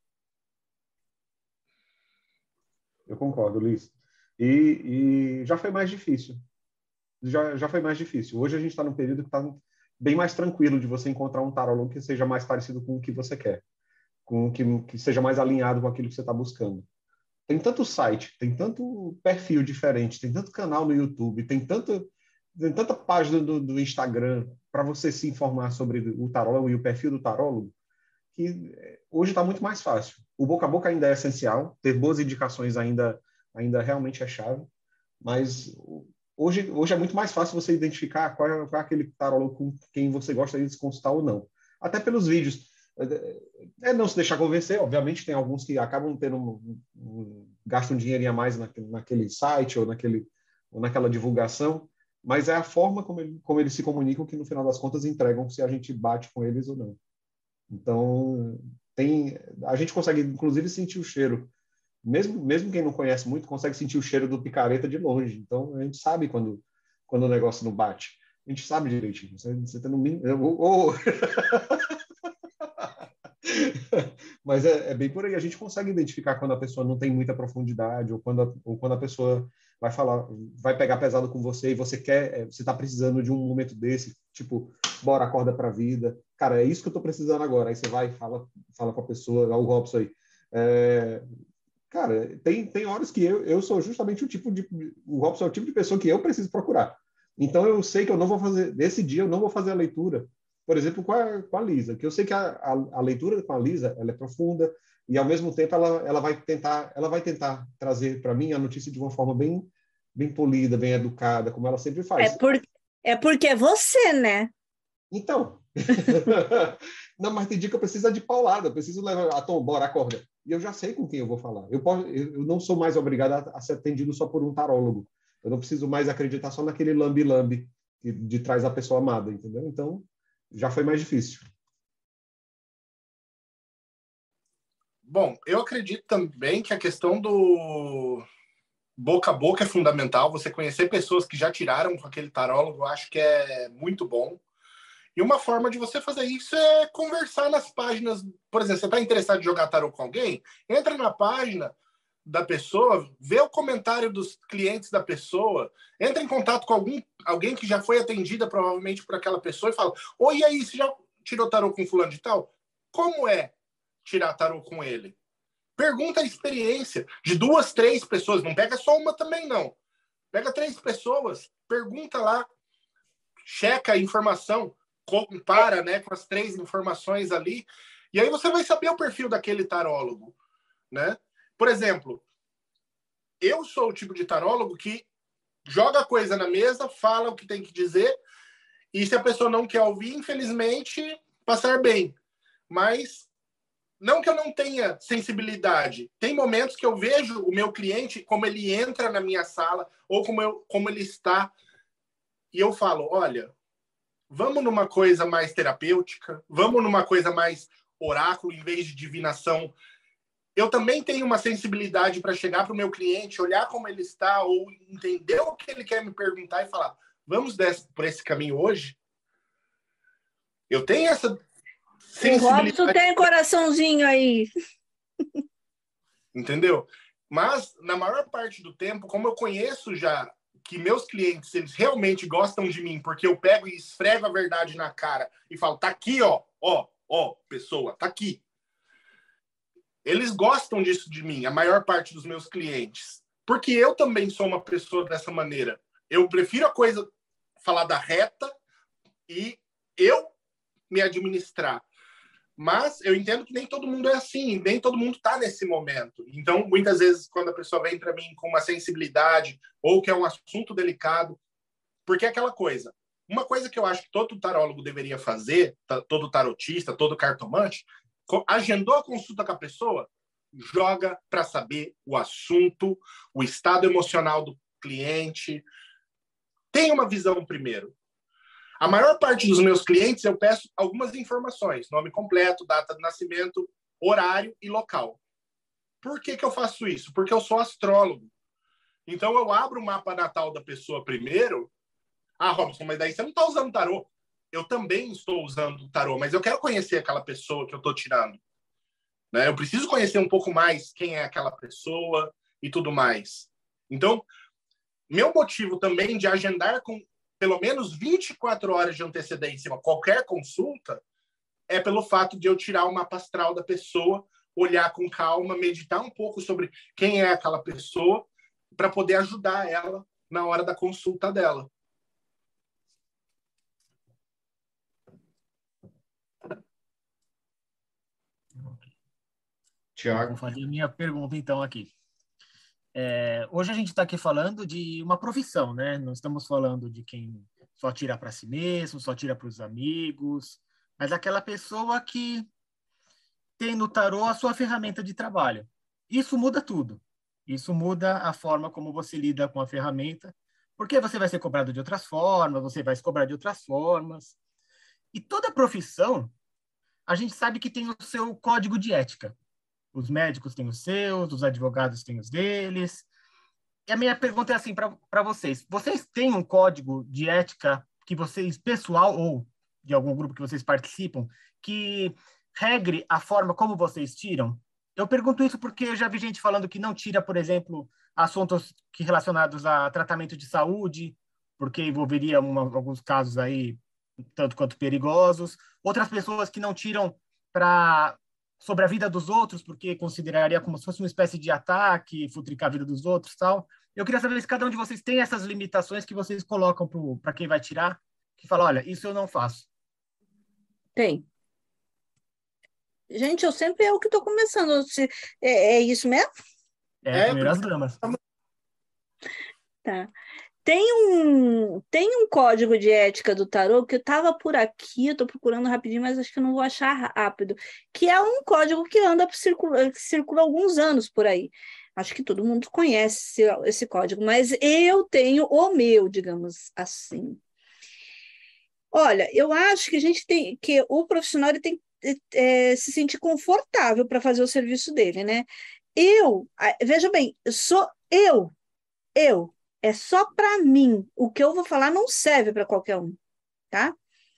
Eu concordo, Liz. E, e já foi mais difícil. Já, já foi mais difícil. Hoje a gente está num período que está bem mais tranquilo de você encontrar um tarólogo que seja mais parecido com o que você quer, com que, que seja mais alinhado com aquilo que você está buscando. Tem tanto site, tem tanto perfil diferente, tem tanto canal no YouTube, tem, tanto, tem tanta página do, do Instagram para você se informar sobre o tarólogo e o perfil do tarólogo, que hoje está muito mais fácil. O boca a boca ainda é essencial, ter boas indicações ainda, ainda realmente é chave, mas hoje, hoje é muito mais fácil você identificar qual é, qual é aquele tarólogo com quem você gosta de se consultar ou não. Até pelos vídeos. É não se deixar convencer, obviamente tem alguns que acabam tendo um, um, gastam um dinheirinho a mais naquele, naquele site ou, naquele, ou naquela divulgação, mas é a forma como, ele, como eles se comunicam que no final das contas entregam se a gente bate com eles ou não. Então, tem, a gente consegue, inclusive, sentir o cheiro. Mesmo, mesmo quem não conhece muito, consegue sentir o cheiro do picareta de longe. Então, a gente sabe quando, quando o negócio não bate. A gente sabe direitinho. Você, você tá no mínimo... Oh, oh. Mas é, é bem por aí. A gente consegue identificar quando a pessoa não tem muita profundidade ou quando a, ou quando a pessoa vai falar, vai pegar pesado com você e você quer, você está precisando de um momento desse, tipo, bora, acorda para a vida. Cara, é isso que eu estou precisando agora. Aí você vai e fala, fala com a pessoa, o Robson aí. É, cara, tem, tem horas que eu, eu sou justamente o tipo de... O Robson é o tipo de pessoa que eu preciso procurar. Então, eu sei que eu não vou fazer... Nesse dia, eu não vou fazer a leitura, por exemplo, com a, com a Lisa, que eu sei que a, a, a leitura com a Lisa, ela é profunda e, ao mesmo tempo, ela, ela, vai, tentar, ela vai tentar trazer para mim a notícia de uma forma bem, bem polida, bem educada, como ela sempre faz. É, por, é porque é você, né? Então... Não, mas tem dia que eu preciso de paulada, eu preciso levar, ah, Tom, bora, acorda. E eu já sei com quem eu vou falar. Eu, posso, eu não sou mais obrigado a, a ser atendido só por um tarólogo. Eu não preciso mais acreditar só naquele lambi-lambi de, de trás da pessoa amada, entendeu? Então, já foi mais difícil. Bom, eu acredito também que a questão do boca a boca é fundamental. Você conhecer pessoas que já tiraram com aquele tarólogo, eu acho que é muito bom. E uma forma de você fazer isso é conversar nas páginas. Por exemplo, você está interessado em jogar tarô com alguém? Entra na página da pessoa, vê o comentário dos clientes da pessoa, entra em contato com algum, alguém que já foi atendida provavelmente por aquela pessoa e fala: oi, e aí, você já tirou tarô com fulano de tal? Como é tirar tarô com ele? Pergunta a experiência de duas, três pessoas. Não pega só uma também, não. Pega três pessoas, pergunta lá, checa a informação, compara, né, com as três informações ali, e aí você vai saber o perfil daquele tarólogo, né? Por exemplo, eu sou o tipo de tarólogo que joga a coisa na mesa, fala o que tem que dizer, e se a pessoa não quer ouvir, infelizmente, passar bem. Mas não que eu não tenha sensibilidade. Tem momentos que eu vejo o meu cliente, como ele entra na minha sala, ou como, eu, como ele está, e eu falo: olha, vamos numa coisa mais terapêutica, vamos numa coisa mais oráculo em vez de divinação. Eu também tenho uma sensibilidade para chegar para o meu cliente, olhar como ele está, ou entender o que ele quer me perguntar e falar, vamos desse, por esse caminho hoje? Eu tenho essa sensibilidade. O Robson tem coraçãozinho aí. Entendeu? Mas, na maior parte do tempo, como eu conheço já que meus clientes, eles realmente gostam de mim, porque eu pego e esfrego a verdade na cara e falo, tá aqui, ó, ó, ó, pessoa, tá aqui. Eles gostam disso de mim, a maior parte dos meus clientes. Porque eu também sou uma pessoa dessa maneira. Eu prefiro a coisa falada reta e eu me administrar. Mas eu entendo que nem todo mundo é assim, nem todo mundo está nesse momento. Então, muitas vezes, quando a pessoa vem para mim com uma sensibilidade ou que é um assunto delicado, porque é aquela coisa. Uma coisa que eu acho que todo tarólogo deveria fazer, todo tarotista, todo cartomante, agendou a consulta com a pessoa, joga para saber o assunto, o estado emocional do cliente. Tem uma visão primeiro. A maior parte dos meus clientes, eu peço algumas informações. Nome completo, data de nascimento, horário e local. Por que que eu faço isso? Porque eu sou astrólogo. Então, eu abro o mapa natal da pessoa primeiro. Ah, Robson, mas daí você não está usando tarô. Eu também estou usando o tarô, mas eu quero conhecer aquela pessoa que eu estou tirando. Né? Eu preciso conhecer um pouco mais quem é aquela pessoa e tudo mais. Então, meu motivo também de agendar com pelo menos vinte e quatro horas de antecedência qualquer consulta é pelo fato de eu tirar o mapa astral da pessoa, olhar com calma, meditar um pouco sobre quem é aquela pessoa para poder ajudar ela na hora da consulta dela. Tiago. Vou fazer a minha pergunta, então, aqui. É, hoje a gente está aqui falando de uma profissão, né? Não estamos falando de quem só tira para si mesmo, só tira para os amigos, mas aquela pessoa que tem no tarô a sua ferramenta de trabalho. Isso muda tudo. Isso muda a forma como você lida com a ferramenta, porque você vai ser cobrado de outras formas, você vai se cobrar de outras formas. E toda profissão, a gente sabe que tem o seu código de ética. Os médicos têm os seus, os advogados têm os deles. E a minha pergunta é assim para vocês. Vocês têm um código de ética que vocês, pessoal ou de algum grupo que vocês participam, que regre a forma como vocês tiram? Eu pergunto isso porque eu já vi gente falando que não tira, por exemplo, assuntos que relacionados a tratamento de saúde, porque envolveria uma, alguns casos aí tanto quanto perigosos. Outras pessoas que não tiram para sobre a vida dos outros, porque consideraria como se fosse uma espécie de ataque, futricar a vida dos outros e tal. Eu queria saber se cada um de vocês tem essas limitações que vocês colocam para quem vai tirar, que fala, olha, isso eu não faço. Tem. Gente, eu sempre é o que estou começando. É, é isso mesmo? É, é primeiras damas. Tá. Tem um, tem um código de ética do tarô que eu estava por aqui, eu estou procurando rapidinho, mas acho que eu não vou achar rápido, que é um código que anda circula, que circula há alguns anos por aí. Acho que todo mundo conhece esse, esse código, mas eu tenho o meu, digamos assim. Olha, eu acho que a gente tem que o profissional ele tem que é, se sentir confortável para fazer o serviço dele, né? Eu, veja bem, eu sou eu, eu. É só para mim. O que eu vou falar não serve para qualquer um, tá?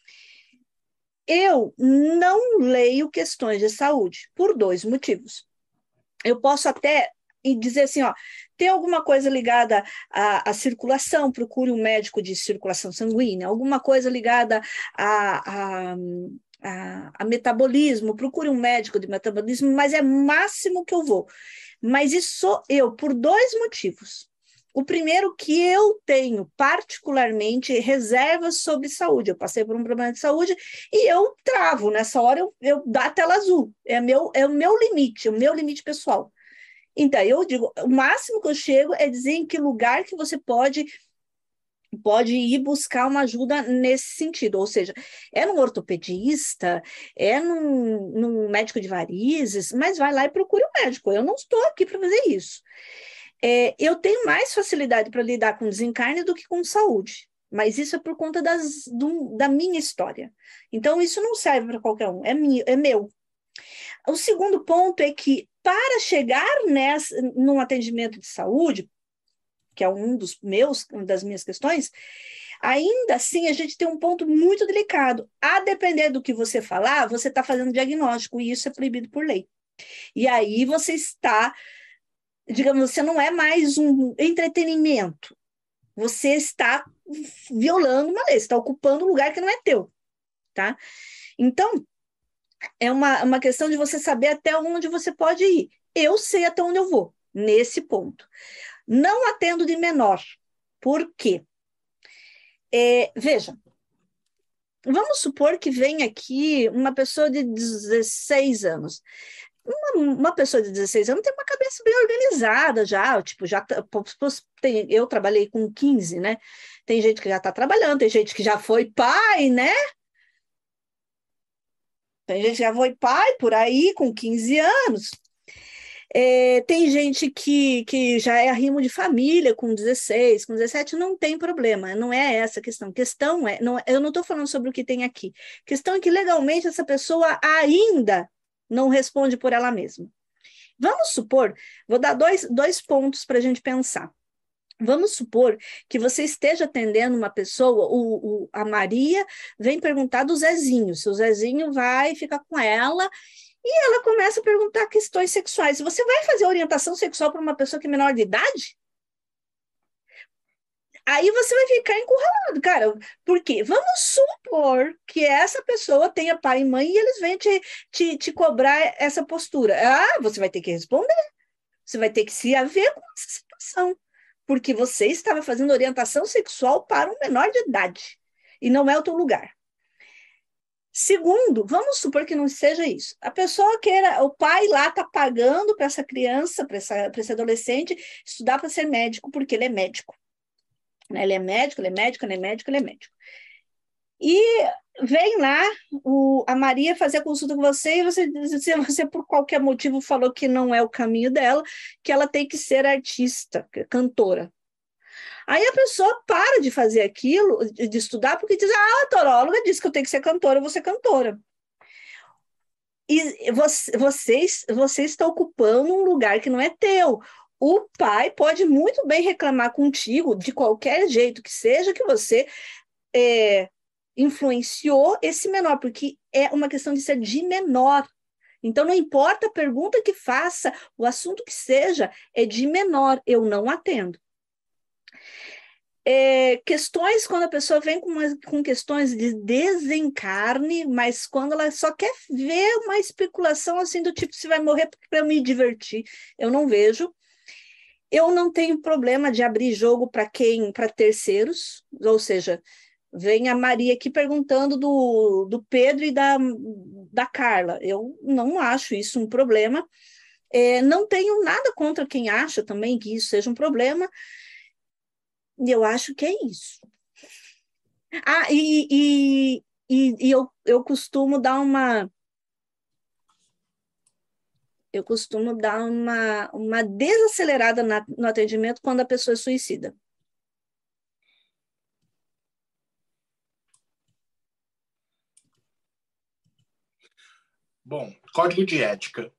Eu não leio questões de saúde por dois motivos. Eu posso até dizer assim, ó, tem alguma coisa ligada à, à circulação, procure um médico de circulação sanguínea, alguma coisa ligada a, a, a, a metabolismo, procure um médico de metabolismo, mas é máximo que eu vou. Mas isso sou eu, por dois motivos. O primeiro que eu tenho particularmente reservas sobre saúde. Eu passei por um problema de saúde e eu travo. Nessa hora eu, eu dá a tela azul. É, meu, é o meu limite, é o meu limite pessoal. Então, eu digo, o máximo que eu chego é dizer em que lugar que você pode, pode ir buscar uma ajuda nesse sentido. Ou seja, é num ortopedista, é num, num médico de varizes, mas vai lá e procure um médico. Eu não estou aqui para fazer isso. É, eu tenho mais facilidade para lidar com desencarne do que com saúde, mas isso é por conta das, do, da minha história. Então, isso não serve para qualquer um, é, mi, é meu. O segundo ponto é que, para chegar nessa, num atendimento de saúde, que é um dos meus, uma das minhas questões, ainda assim a gente tem um ponto muito delicado. A depender do que você falar, você está fazendo diagnóstico, e isso é proibido por lei. E aí você está, digamos, você não é mais um entretenimento, você está violando uma lei, você está ocupando um lugar que não é teu, tá? Então, é uma, uma questão de você saber até onde você pode ir. Eu sei até onde eu vou, nesse ponto. Não atendo de menor. Por quê? É, veja, vamos supor que vem aqui uma pessoa de dezesseis anos. Uma, uma pessoa de dezesseis anos tem uma cabeça bem organizada já, tipo, já tem, eu trabalhei com quinze, né? Tem gente que já está trabalhando, tem gente que já foi pai, né? Tem gente que já foi pai por aí com quinze anos. É, tem gente que, que já é arrimo de família com dezesseis, com dezessete, não tem problema, não é essa a questão. Questão é, não, eu não estou falando sobre o que tem aqui. Questão é que legalmente essa pessoa ainda não responde por ela mesma. Vamos supor, vou dar dois, dois pontos para a gente pensar. Vamos supor que você esteja atendendo uma pessoa, o, o, a Maria vem perguntar do Zezinho, se o Zezinho vai ficar com ela, e ela começa a perguntar questões sexuais. Você vai fazer orientação sexual para uma pessoa que é menor de idade? Aí você vai ficar encurralado, cara. Por quê? Vamos supor que essa pessoa tenha pai e mãe e eles vêm te, te, te cobrar essa postura. Ah, você vai ter que responder. Você vai ter que se haver com essa situação. Porque você estava fazendo orientação sexual para um menor de idade. E não é o teu lugar. Segundo, vamos supor que não seja isso. A pessoa queira, o pai lá está pagando para essa criança, para esse adolescente, estudar para ser médico, porque ele é médico. Ele é médico, ele é médico, ele é médico, ele é médico. E vem lá o, a Maria fazer a consulta com você, e você, se você, por qualquer motivo, falou que não é o caminho dela, que ela tem que ser artista, cantora. Aí a pessoa para de fazer aquilo, de estudar, porque diz, ah, a taróloga disse que eu tenho que ser cantora, eu vou ser cantora. E você, você, você está ocupando um lugar que não é teu. O pai pode muito bem reclamar contigo, de qualquer jeito que seja, que você é, influenciou esse menor, porque é uma questão de ser de menor. Então, não importa a pergunta que faça, o assunto que seja, é de menor, eu não atendo. É, questões, quando a pessoa vem com, uma, com questões de desencarne, mas quando ela só quer ver uma especulação assim do tipo, se vai morrer para eu me divertir, eu não vejo. Eu não tenho problema de abrir jogo para quem, para terceiros, ou seja, vem a Maria aqui perguntando do, do Pedro e da, da Carla. Eu não acho isso um problema. É, não tenho nada contra quem acha também que isso seja um problema. E eu acho que é isso. Ah, e, e, e, e eu, eu costumo dar uma... Eu costumo dar uma, uma desacelerada na, no atendimento quando a pessoa é suicida. Bom, código de ética.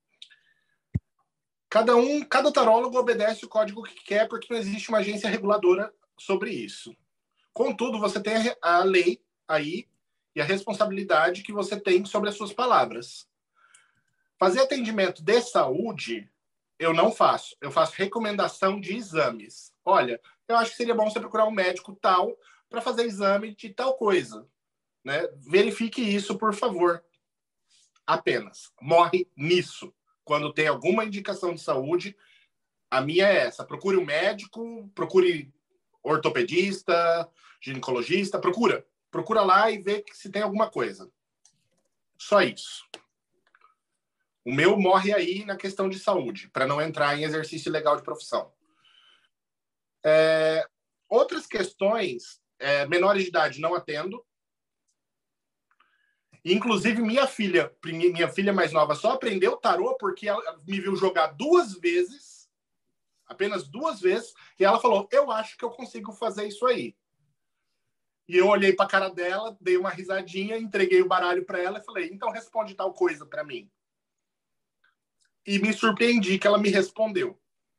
Cada um, cada tarólogo obedece o código que quer, porque não existe uma agência reguladora sobre isso. Contudo, você tem a lei aí e a responsabilidade que você tem sobre as suas palavras. Fazer atendimento de saúde, eu não faço. Eu faço recomendação de exames. Olha, eu acho que seria bom você procurar um médico tal para fazer exame de tal coisa. Né? Verifique isso, por favor. Apenas. Morre nisso. Quando tem alguma indicação de saúde, a minha é essa. Procure um médico, procure ortopedista, ginecologista, procura. Procura lá e vê se tem alguma coisa. Só isso. O meu morre aí na questão de saúde, para não entrar em exercício ilegal de profissão. É, outras questões, é, menores de idade não atendo. Inclusive, minha filha, minha filha mais nova, só aprendeu tarô porque ela me viu jogar duas vezes, apenas duas vezes, e ela falou, eu acho que eu consigo fazer isso aí. E eu olhei para a cara dela, dei uma risadinha, entreguei o baralho para ela e falei, então responde tal coisa para mim. E me surpreendi que ela me respondeu.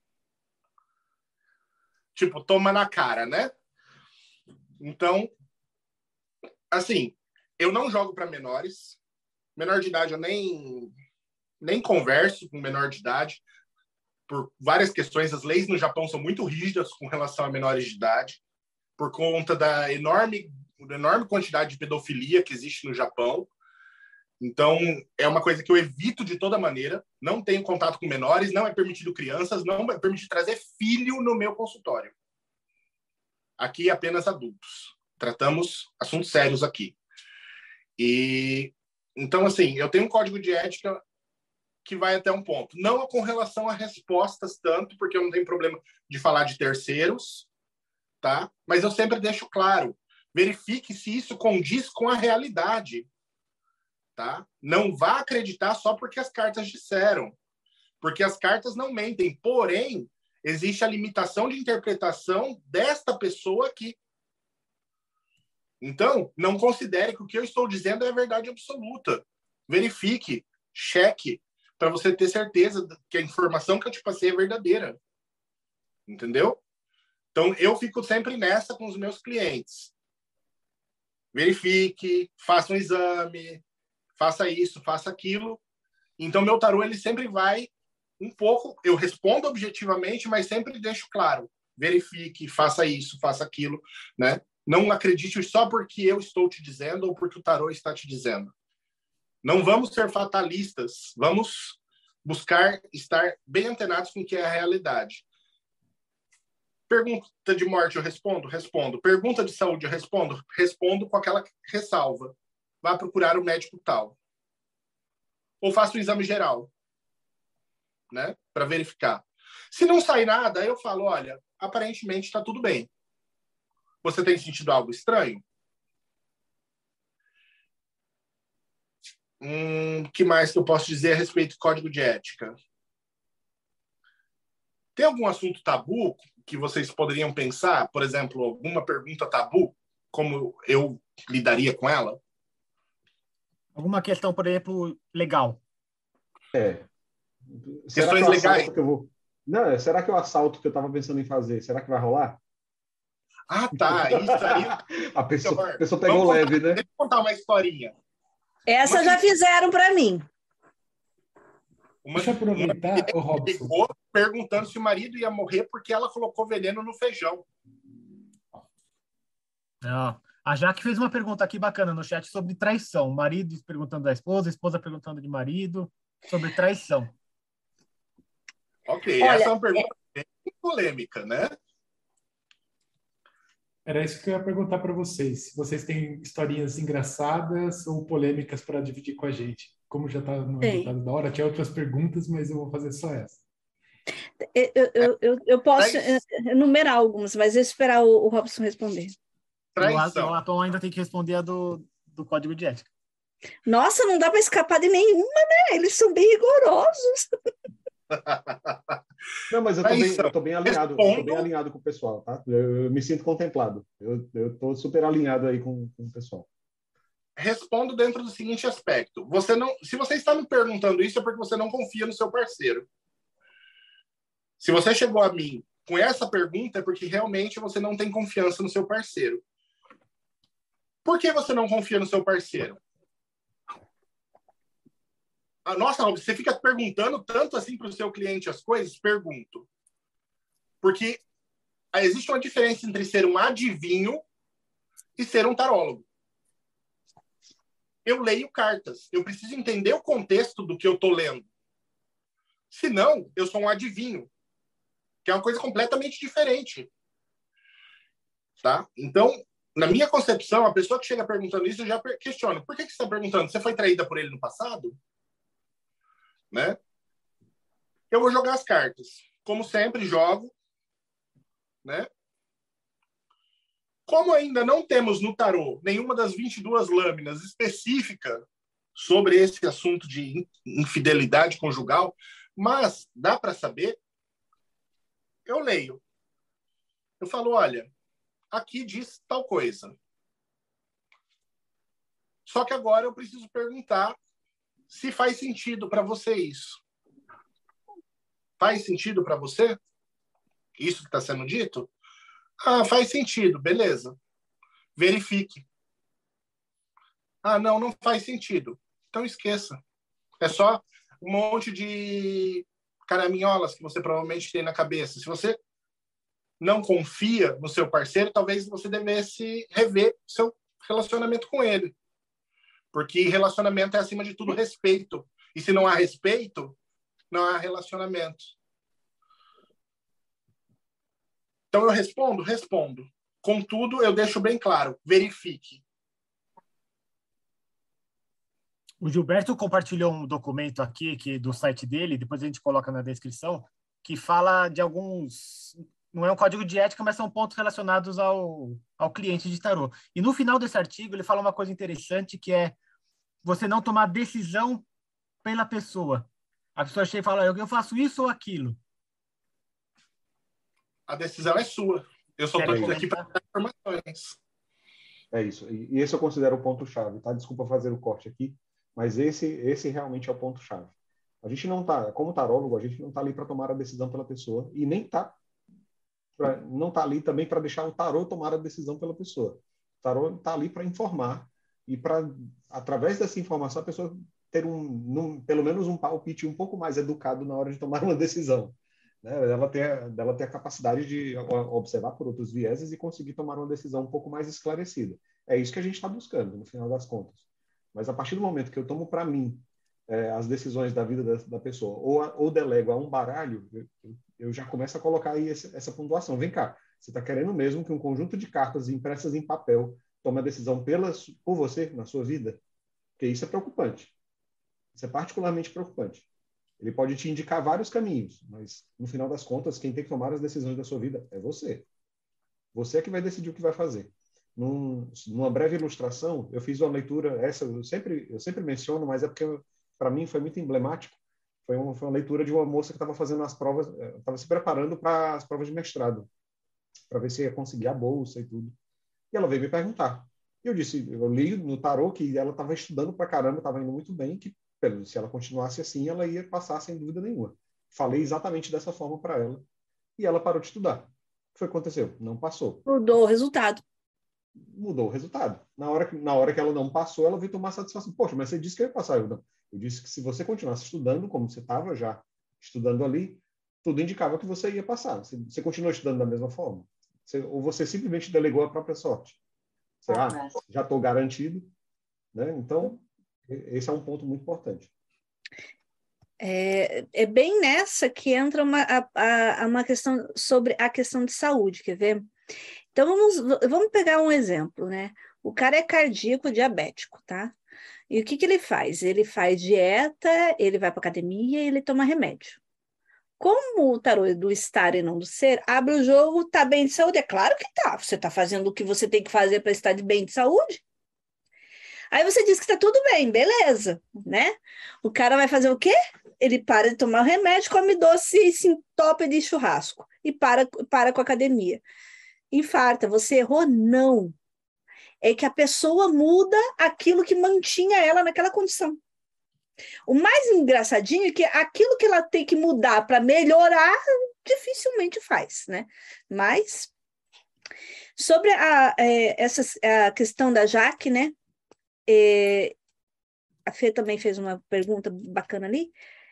Tipo, toma na cara, né? Então, assim, eu não jogo para menores. Menor de idade eu nem, nem converso com menor de idade. Por várias questões, as leis no Japão são muito rígidas com relação a menores de idade, por conta da enorme, da enorme quantidade de pedofilia que existe no Japão. Então, é uma coisa que eu evito de toda maneira. Não tenho contato com menores, não é permitido crianças, não é permitido trazer filho no meu consultório. Aqui apenas adultos. Tratamos assuntos sérios aqui. E então, assim, eu tenho um código de ética que vai até um ponto. Não com relação a respostas tanto, porque eu não tenho problema de falar de terceiros, tá? Mas eu sempre deixo claro, verifique se isso condiz com a realidade, tá? Não vá acreditar só porque as cartas disseram, porque as cartas não mentem, porém, existe a limitação de interpretação desta pessoa aqui. Então, não considere que o que eu estou dizendo é a verdade absoluta. Verifique, cheque, para você ter certeza que a informação que eu te passei é verdadeira. Entendeu? Então, eu fico sempre nessa com os meus clientes. Verifique, faça um exame, faça isso, faça aquilo. Então, meu tarô, ele sempre vai um pouco... Eu respondo objetivamente, mas sempre deixo claro. Verifique, faça isso, faça aquilo, né? Não acredite só porque eu estou te dizendo ou porque o tarô está te dizendo. Não vamos ser fatalistas. Vamos buscar estar bem antenados com o que é a realidade. Pergunta de morte, eu respondo? Respondo. Pergunta de saúde, eu respondo? Respondo com aquela ressalva. Vá procurar o médico tal. Ou faça um exame geral, né? Para verificar. Se não sair nada, eu falo, olha, aparentemente está tudo bem. Você tem sentido algo estranho? Hum, que mais que eu posso dizer a respeito do código de ética? Tem algum assunto tabu que vocês poderiam pensar? Por exemplo, alguma pergunta tabu? Como eu lidaria com ela? Alguma questão, por exemplo, legal? É. Será Questões que o legais. assalto que eu vou... Não, será que o assalto que eu estava pensando em fazer, será que vai rolar? Ah, tá. Isso aí. A pessoa, a pessoa pegou Vamos leve, contar, né? Deixa eu contar uma historinha. Essa Uma já fizeram para mim. Uma, Deixa eu aproveitar, ô Robson. ligou perguntando se o marido ia morrer porque ela colocou veneno no feijão. Ah, a Jaque fez uma pergunta aqui bacana no chat sobre traição. Marido perguntando da esposa, esposa perguntando de marido, sobre traição. Ok, Olha, essa é uma pergunta bem polêmica, né? Era isso que eu ia perguntar para vocês. Se vocês têm historinhas engraçadas ou polêmicas para dividir com a gente. Como já está no resultado da hora, tinha outras perguntas, mas eu vou fazer só essa. Eu, eu, eu, eu posso enumerar algumas, mas eu esperar o, o Robson responder. Traição. O Atom ainda tem que responder a do, do código de ética. Nossa, não dá para escapar de nenhuma, né? Eles são bem rigorosos. Não, mas eu tô, bem, Traição. eu tô bem alinhado, eu tô bem alinhado com o pessoal, tá? Eu, eu me sinto contemplado. Eu, eu tô super alinhado aí com, com o pessoal. Respondo dentro do seguinte aspecto. Você não, se você está me perguntando isso, é porque você não confia no seu parceiro. Se você chegou a mim com essa pergunta, é porque realmente você não tem confiança no seu parceiro. Por que você não confia no seu parceiro? Ah, nossa, você fica perguntando tanto assim para o seu cliente as coisas? Pergunto. Porque existe uma diferença entre ser um adivinho e ser um tarólogo. Eu leio cartas. Eu preciso entender o contexto do que eu estou lendo. Senão, eu sou um adivinho, que é uma coisa completamente diferente. Tá? Então, na minha concepção, a pessoa que chega perguntando isso, eu já questiono. Por que você está perguntando? Você foi traída por ele no passado? Né? Eu vou jogar as cartas. Como sempre, jogo. Né? Como ainda não temos no tarô nenhuma das vinte e duas lâminas específica sobre esse assunto de infidelidade conjugal, mas dá para saber, eu leio. Eu falo, olha, aqui diz tal coisa. Só que agora eu preciso perguntar se faz sentido para você isso. Faz sentido para você? Isso que está sendo dito? Ah, faz sentido, beleza. Verifique. Ah, não, não faz sentido. Então esqueça. É só um monte de caraminholas que você provavelmente tem na cabeça. Se você não confia no seu parceiro, talvez você devesse rever seu relacionamento com ele. Porque relacionamento é, acima de tudo, respeito. E se não há respeito, não há relacionamento. Então eu respondo? Respondo. Contudo, eu deixo bem claro, verifique. O Gilberto compartilhou um documento aqui que, do site dele, depois a gente coloca na descrição, que fala de alguns... Não é um código de ética, mas são pontos relacionados ao, ao cliente de tarô. E no final desse artigo, ele fala uma coisa interessante, que é você não tomar decisão pela pessoa. A pessoa chega e fala, eu faço isso ou aquilo. A decisão é sua. Eu só estou aqui para dar informações. É isso. E esse eu considero o ponto-chave, tá? Desculpa fazer o corte aqui, mas esse, esse realmente é o ponto-chave. A gente não tá, como tarólogo, a gente não está ali para tomar a decisão pela pessoa e nem tá pra, não está ali também para deixar o tarô tomar a decisão pela pessoa. O tarô está ali para informar e para, através dessa informação, a pessoa ter um, num, pelo menos um palpite um pouco mais educado na hora de tomar uma decisão. Né? Ela tem, ela tem a capacidade de observar por outros vieses e conseguir tomar uma decisão um pouco mais esclarecida. É isso que a gente está buscando, no final das contas. Mas a partir do momento que eu tomo para mim é, as decisões da vida da, da pessoa, ou, a, ou delego a um baralho, eu, eu já começo a colocar aí esse, essa pontuação. Vem cá, você está querendo mesmo que um conjunto de cartas impressas em papel tome a decisão pela, por você, na sua vida? Porque isso é preocupante. Isso é particularmente preocupante. Ele pode te indicar vários caminhos, mas, no final das contas, quem tem que tomar as decisões da sua vida é você. Você é que vai decidir o que vai fazer. Num, numa breve ilustração, eu fiz uma leitura, essa eu sempre, eu sempre menciono, mas é porque, para mim, foi muito emblemático. Foi uma, foi uma leitura de uma moça que estava fazendo as provas, estava se preparando para as provas de mestrado, para ver se ia conseguir a bolsa e tudo. E ela veio me perguntar. E eu disse, eu li no tarô que ela estava estudando para caramba, estava indo muito bem, que se ela continuasse assim, ela ia passar sem dúvida nenhuma. Falei exatamente dessa forma para ela. E ela parou de estudar. O que foi que aconteceu? Não passou. Mudou o resultado. Mudou o resultado. Na hora que, na hora que ela não passou, ela veio tomar satisfação. Poxa, mas você disse que eu ia passar. Eu, não. Eu disse que se você continuasse estudando, como você estava já estudando ali, tudo indicava que você ia passar. Você, você continuou estudando da mesma forma. Você, ou você simplesmente delegou a própria sorte. Você, ah, já estou garantido. Né? Então, esse é um ponto muito importante. É, é bem nessa que entra uma, a, a, uma questão sobre a questão de saúde, quer ver? Então, vamos, vamos pegar um exemplo, né? O cara é cardíaco diabético, tá? E o que, que ele faz? Ele faz dieta, ele vai para academia e ele toma remédio. Como o tarô é do estar e não do ser, abre o jogo, tá bem de saúde? É claro que tá. Você tá fazendo o que você tem que fazer para estar de bem de saúde? Aí você diz que está tudo bem, beleza, né? O cara vai fazer o quê? Ele para de tomar o remédio, come doce e se entope de churrasco. E para, para com a academia. Infarta, você errou? Não. É que a pessoa muda aquilo que mantinha ela naquela condição. O mais engraçadinho é que aquilo que ela tem que mudar para melhorar, dificilmente faz, né? Mas, sobre a, é, essa, a questão da Jaque, né? É, a Fê também fez uma pergunta bacana ali.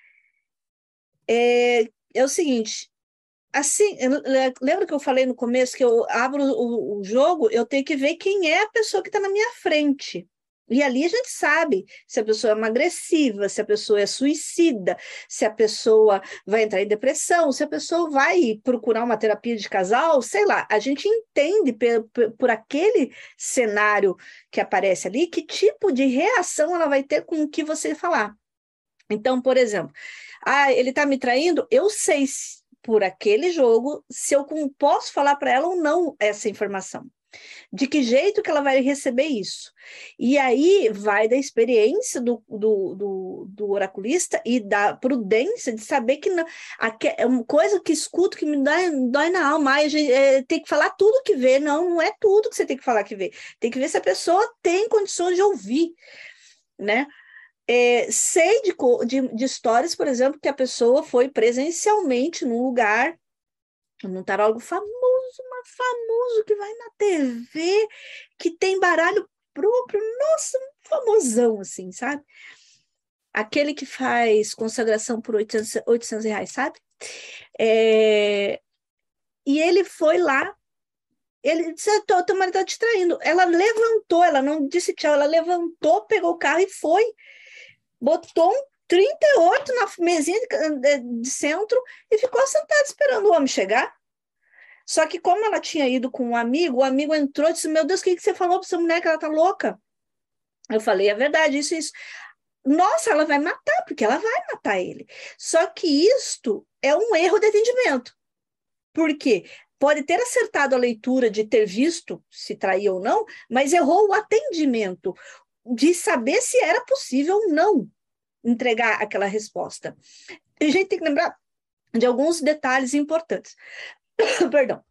É, é o seguinte, assim, lembra que eu falei no começo que eu abro o, o jogo, eu tenho que ver quem é a pessoa que está na minha frente. E ali a gente sabe se a pessoa é uma agressiva, se a pessoa é suicida, se a pessoa vai entrar em depressão, se a pessoa vai procurar uma terapia de casal, sei lá. A gente entende por, por aquele cenário que aparece ali, que tipo de reação ela vai ter com o que você falar. Então, por exemplo, ah, ele está me traindo, eu sei se, por aquele jogo se eu posso falar para ela ou não essa informação. De que jeito que ela vai receber isso? E aí vai da experiência do, do, do, do oraculista e da prudência de saber que não, é uma coisa que escuto que me dói, dói na alma. Ai, gente, é, tem que falar tudo que vê. Não, não é tudo que você tem que falar que vê. Tem que ver se a pessoa tem condições de ouvir, né? É, sei de, de, de histórias, por exemplo, que a pessoa foi presencialmente num lugar, num tarólogo famoso, mas famoso, que vai na T V, que tem baralho próprio, nossa, um famosão, assim, sabe? Aquele que faz consagração por oitocentos, oitocentos reais, sabe? É, e ele foi lá, ele disse, o teu marido tá te traindo. Ela levantou, ela não disse tchau, ela levantou, pegou o carro e foi. Botou um trinta e oito na mesinha de, de centro e ficou sentada esperando o homem chegar. Só que como ela tinha ido com um amigo, o amigo entrou e disse, meu Deus, o que, que você falou para essa mulher que ela tá louca? Eu falei, é verdade, isso, isso. Nossa, ela vai matar, porque ela vai matar ele. Só que isto é um erro de atendimento. Por quê? Pode ter acertado a leitura de ter visto se traía ou não, mas errou o atendimento de saber se era possível ou não entregar aquela resposta. E a gente tem que lembrar de alguns detalhes importantes. Perdão.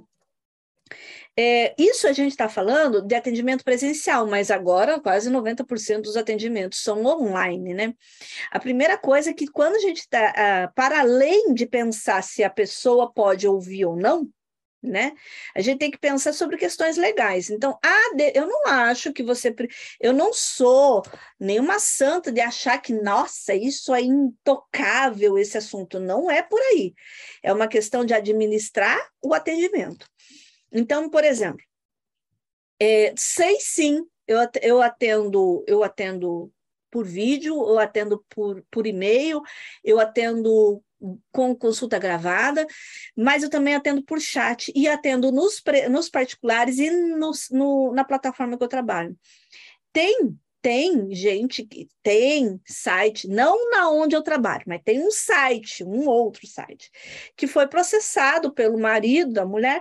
É, isso a gente está falando de atendimento presencial, mas agora quase noventa por cento dos atendimentos são online, né? A primeira coisa é que quando a gente está, ah, para além de pensar se a pessoa pode ouvir ou não, né? A gente tem que pensar sobre questões legais. Então, ah, eu não acho que você... Eu não sou nenhuma santa de achar que, nossa, isso é intocável, esse assunto. Não é por aí. É uma questão de administrar o atendimento. Então, por exemplo, é, sei sim, eu, eu atendo, eu atendo por vídeo, eu atendo por, por e-mail, eu atendo com consulta gravada, mas eu também atendo por chat e atendo nos, nos particulares e nos, no, na plataforma que eu trabalho. Tem, tem gente que tem site, não na onde eu trabalho, mas tem um site, um outro site, que foi processado pelo marido da mulher,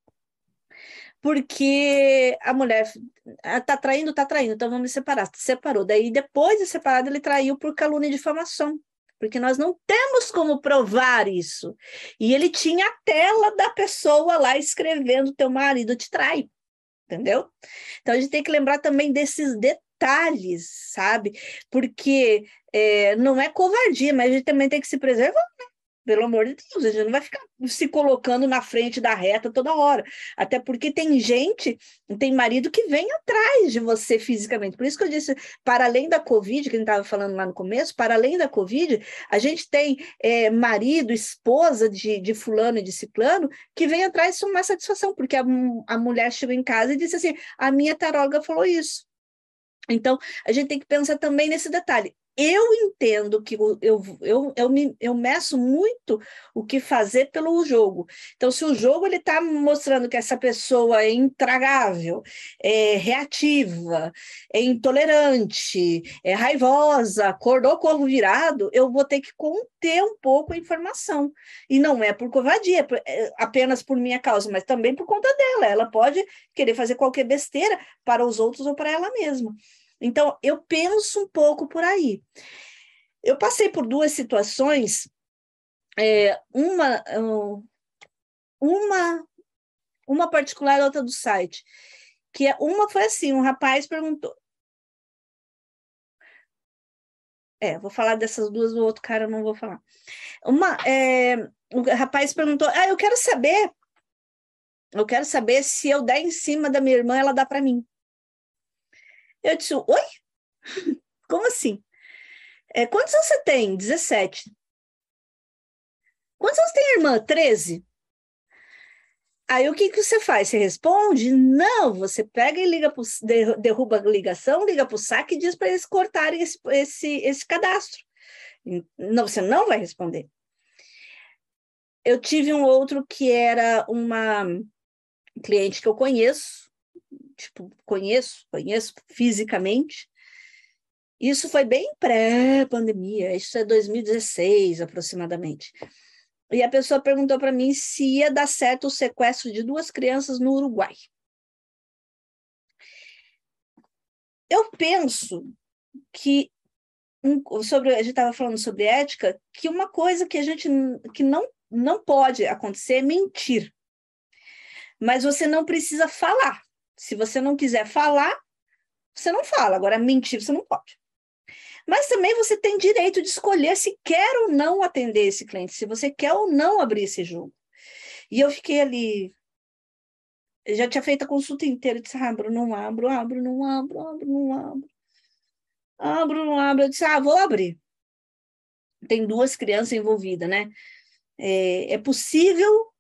porque a mulher está traindo, está traindo, então vamos me separar. Se separou. Daí, depois de separado, ele traiu por calúnia e difamação, porque nós não temos como provar isso. E ele tinha a tela da pessoa lá escrevendo, teu marido te trai, entendeu? Então, a gente tem que lembrar também desses detalhes, sabe? Porque é, não é covardia, mas a gente também tem que se preservar, né? Pelo amor de Deus, a gente não vai ficar se colocando na frente da reta toda hora. Até porque tem gente, tem marido que vem atrás de você fisicamente. Por isso que eu disse, para além da Covid, que a gente estava falando lá no começo, para além da Covid, a gente tem é, marido, esposa de, de fulano e de ciclano, que vem atrás com uma satisfação, porque a, a mulher chegou em casa e disse assim, a minha taróloga falou isso. Então, a gente tem que pensar também nesse detalhe. Eu entendo que eu, eu, eu, eu, me, eu meço muito o que fazer pelo jogo. Então, se o jogo está mostrando que essa pessoa é intragável, é reativa, é intolerante, é raivosa, acordou corvo virado, eu vou ter que conter um pouco a informação. E não é por covardia, é apenas por minha causa, mas também por conta dela. Ela pode querer fazer qualquer besteira para os outros ou para ela mesma. Então, eu penso um pouco por aí. Eu passei por duas situações, é, uma, uma, uma particular e outra do site, que uma foi assim, um rapaz perguntou... É, vou falar dessas duas, o outro cara eu não vou falar. Uma, é, o rapaz perguntou, ah, eu quero saber, eu quero saber se eu der em cima da minha irmã, ela dá para mim. Eu disse, oi? Como assim? É, quantos anos você tem? dezessete. Quantos anos tem a irmã? treze. Aí o que, que você faz? Você responde? Não, você pega e liga pro, derruba a ligação, liga para o saque e diz para eles cortarem esse, esse, esse cadastro. Não, você não vai responder. Eu tive um outro que era uma cliente que eu conheço, tipo, conheço, conheço fisicamente. Isso foi bem pré-pandemia, isso é dois mil e dezesseis aproximadamente. E a pessoa perguntou para mim se ia dar certo o sequestro de duas crianças no Uruguai. eu penso que, sobre, a gente estava falando sobre ética, que uma coisa que a gente que não, não pode acontecer é mentir. Mas você não precisa falar. Se você não quiser falar, você não fala. Agora, mentir você não pode. Mas também você tem direito de escolher se quer ou não atender esse cliente, se você quer ou não abrir esse jogo. E eu fiquei ali, eu já tinha feito a consulta inteira, eu disse, abro, não abro, abro, não abro, abro, não abro. Abro, não abro. Eu disse, ah, vou abrir. Tem duas crianças envolvidas, né? É, é possível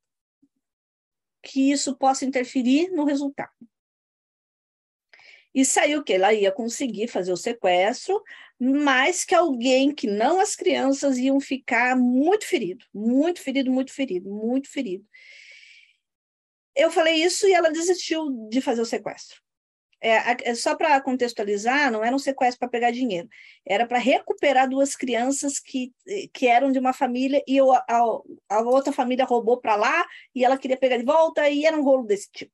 que isso possa interferir no resultado. E saiu que ela ia conseguir fazer o sequestro, mas que alguém, que não as crianças, iam ficar muito ferido, muito ferido, muito ferido, muito ferido. Eu falei isso e ela desistiu de fazer o sequestro. É, é só para contextualizar, não era um sequestro para pegar dinheiro, era para recuperar duas crianças que, que eram de uma família e eu, a, a outra família roubou para lá e ela queria pegar de volta e era um rolo desse tipo.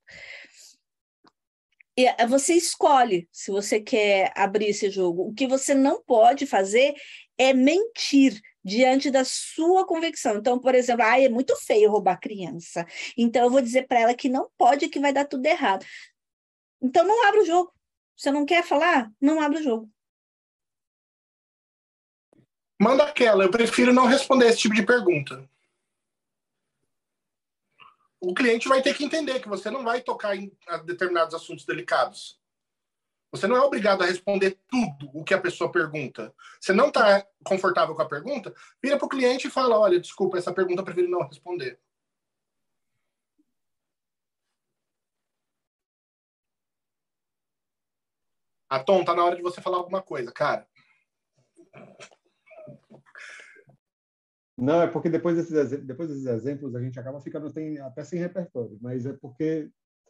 E você escolhe se você quer abrir esse jogo. O que você não pode fazer é mentir diante da sua convicção. Então, por exemplo, ah, é muito feio roubar criança. Então, eu vou dizer para ela que não pode, que vai dar tudo errado. Então, não abre o jogo. Você não quer falar? Não abre o jogo. Manda aquela. Eu prefiro não responder esse tipo de pergunta. O cliente vai ter que entender que você não vai tocar em determinados assuntos delicados. Você não é obrigado a responder tudo o que a pessoa pergunta. Você não está confortável com a pergunta, vira para o cliente e fala, olha, desculpa, essa pergunta eu prefiro não responder. Ah, Tom, tá na hora de você falar alguma coisa, cara. Não, é porque depois desses, depois desses exemplos a gente acaba ficando tem, até sem repertório, mas é porque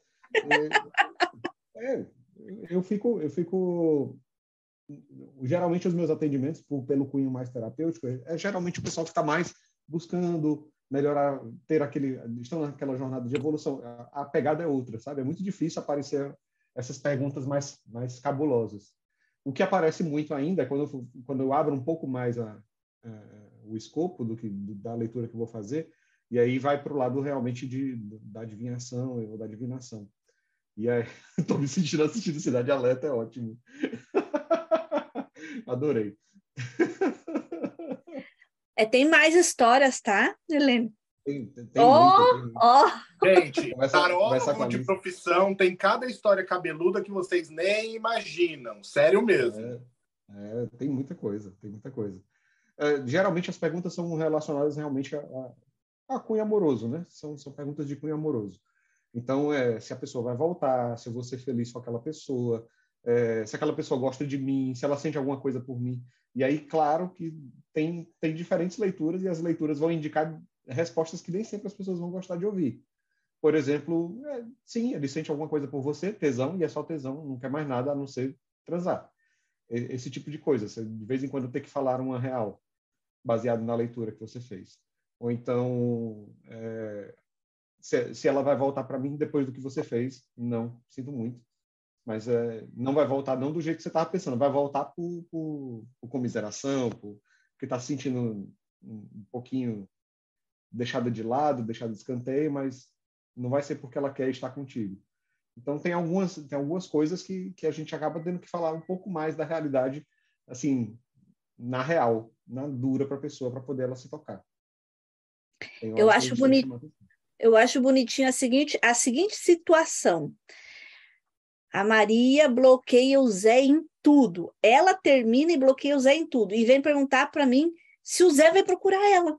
é, é, eu fico, eu fico geralmente os meus atendimentos por, pelo cunho mais terapêutico é, é geralmente o pessoal que está mais buscando melhorar, ter aquele, estão naquela jornada de evolução. A, a pegada é outra, sabe? É muito difícil aparecer essas perguntas mais mais cabulosas. O que aparece muito ainda é quando eu, quando eu abro um pouco mais a, a o escopo do que, da leitura que eu vou fazer, e aí vai para o lado realmente de, da adivinhação ou da divinação. E aí, estou me sentindo assistindo Cidade Alerta, é ótimo. Adorei. É, tem mais histórias, tá, Helene? Tem, tem oh, muita, tem oh. Gente, tarólogo de profissão tem cada história cabeluda que vocês nem imaginam. Sério mesmo. É, é, tem muita coisa, tem muita coisa. Uh, geralmente as perguntas são relacionadas realmente a, a, a cunho amoroso, né? São, são perguntas de cunho amoroso. Então, é, se a pessoa vai voltar, se eu vou ser feliz com aquela pessoa, é, se aquela pessoa gosta de mim, se ela sente alguma coisa por mim. E aí, claro que tem, tem diferentes leituras e as leituras vão indicar respostas que nem sempre as pessoas vão gostar de ouvir. Por exemplo, é, sim, ele sente alguma coisa por você, tesão, e é só tesão, não quer mais nada a não ser transar. Esse tipo de coisa. Você, de vez em quando, tem que falar uma real, baseado na leitura que você fez. Ou então, é, se, se ela vai voltar para mim depois do que você fez, não, sinto muito. Mas é, não vai voltar não do jeito que você estava pensando, vai voltar por, por, por comiseração, por, porque está se sentindo um, um pouquinho deixada de lado, deixada de escanteio, mas não vai ser porque ela quer estar contigo. Então, tem algumas, tem algumas coisas que, que a gente acaba tendo que falar um pouco mais da realidade, assim, na real, na dura para a pessoa, para poder ela se tocar. Eu acho, boni... Eu acho bonitinho a seguinte, a seguinte situação. A Maria bloqueia o Zé em tudo. Ela termina e bloqueia o Zé em tudo. E vem perguntar para mim se o Zé vai procurar ela.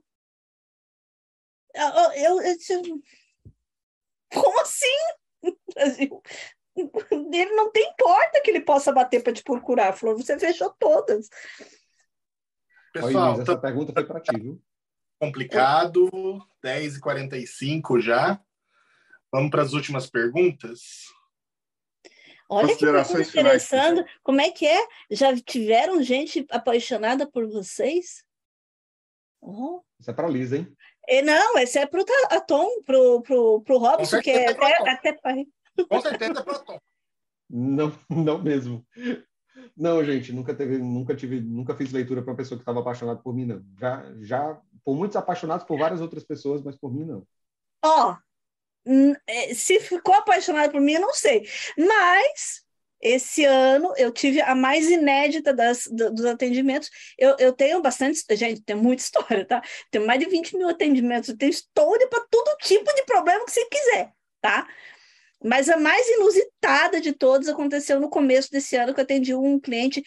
Eu, eu, eu... Como assim? Ele não tem porta que ele possa bater para te procurar. Falou, você fechou todas. Pessoal, Oi, essa tá... pergunta foi para ti, viu? Complicado, dez e quarenta e cinco já. Vamos para as últimas perguntas. Olha que pergunta interessante. Como é que é? Já tiveram gente apaixonada por vocês? Oh. Isso é para Lisa, hein? É, não, esse é para o Tom, para o Robson, que é até, até pai. Com certeza é para Tom. Não, não mesmo. Não, gente, nunca teve, nunca tive, nunca fiz leitura para uma pessoa que estava apaixonada por mim, não. Já, já, por muitos apaixonados por várias outras pessoas, mas por mim, não. Ó, se ficou apaixonado por mim, eu não sei. Mas esse ano eu tive a mais inédita das, dos atendimentos. Eu, eu tenho bastante, gente, tem muita história, tá? Tenho mais de vinte mil atendimentos, eu tenho história para todo tipo de problema que você quiser, tá? Mas a mais inusitada de todas aconteceu no começo desse ano, que eu atendi um cliente,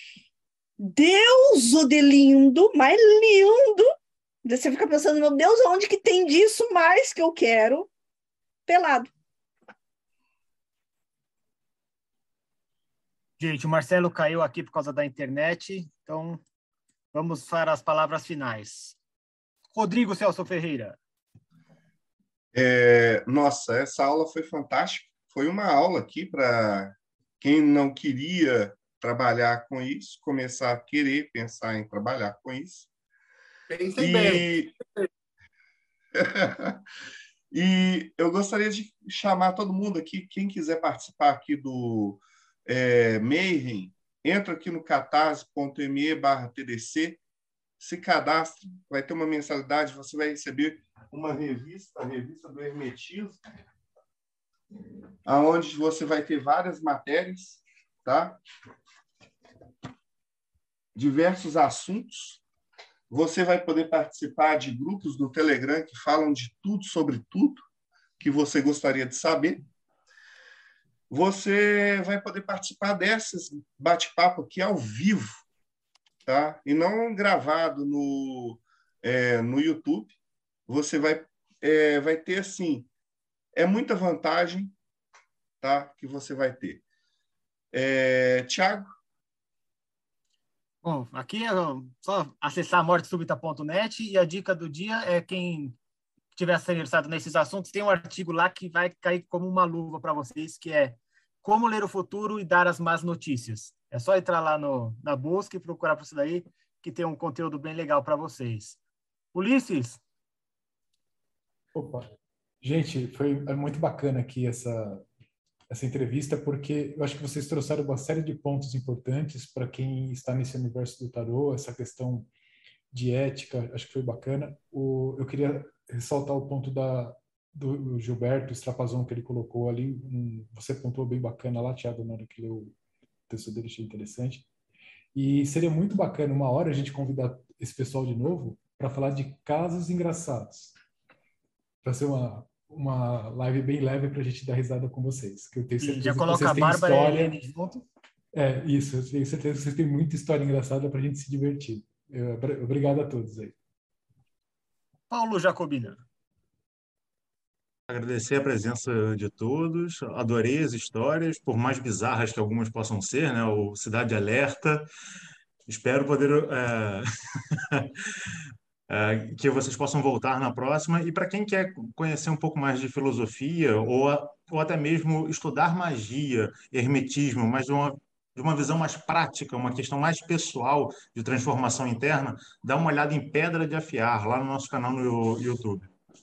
Deus o de lindo, mais lindo. Você fica pensando, meu Deus, onde que tem disso mais que eu quero? Pelado. Gente, o Marcelo caiu aqui por causa da internet, então vamos para as palavras finais. Rodrigo Celso Ferreira. É, nossa, essa aula foi fantástica. Foi uma aula aqui para quem não queria trabalhar com isso, começar a querer pensar em trabalhar com isso. Pensem e... bem. E eu gostaria de chamar todo mundo aqui, quem quiser participar aqui do é, Mayhem, entra aqui no catarse.me barra TDC, se cadastre, vai ter uma mensalidade, você vai receber uma revista, a revista do Hermetismo, aonde você vai ter várias matérias, tá? Diversos assuntos. Você vai poder participar de grupos do Telegram que falam de tudo sobre tudo que você gostaria de saber. Você vai poder participar desses bate-papo aqui ao vivo, tá? E não gravado no, é, no YouTube. Você vai, é, vai ter, assim, é muita vantagem, tá? Que você vai ter. É, Tiago? Bom, aqui é só acessar morte súbita ponto net e a dica do dia é quem estiver interessado nesses assuntos, tem um artigo lá que vai cair como uma luva para vocês, que é Como Ler o Futuro e Dar as Más Notícias. É só entrar lá no, na busca e procurar por isso daí, que tem um conteúdo bem legal para vocês. Ulisses? Opa, gente, foi muito bacana aqui essa, essa entrevista, porque eu acho que vocês trouxeram uma série de pontos importantes para quem está nesse universo do tarô, essa questão de ética, acho que foi bacana. O, eu queria ressaltar o ponto da, do Gilberto Strapazon que ele colocou ali, um, você pontuou bem bacana lá, Thiago, na hora que leu o texto dele, achei interessante. E seria muito bacana, uma hora, a gente convidar esse pessoal de novo para falar de casos engraçados, para ser uma uma live bem leve para a gente dar risada com vocês. Que eu tenho certeza já que coloca vocês a têm Bárbara história. e a Helene junto. É, isso. Eu tenho certeza que vocês têm muita história engraçada para a gente se divertir. Eu, obrigado a todos aí. Paulo Jacobina. Agradecer a presença de todos. Adorei as histórias, por mais bizarras que algumas possam ser, né? O Cidade Alerta. Espero poder... É... Uh, que vocês possam voltar na próxima. E para quem quer conhecer um pouco mais de filosofia ou, a, ou até mesmo estudar magia, hermetismo, mas de uma, de uma visão mais prática, uma questão mais pessoal de transformação interna, dá uma olhada em Pedra de Afiar, lá no nosso canal no YouTube.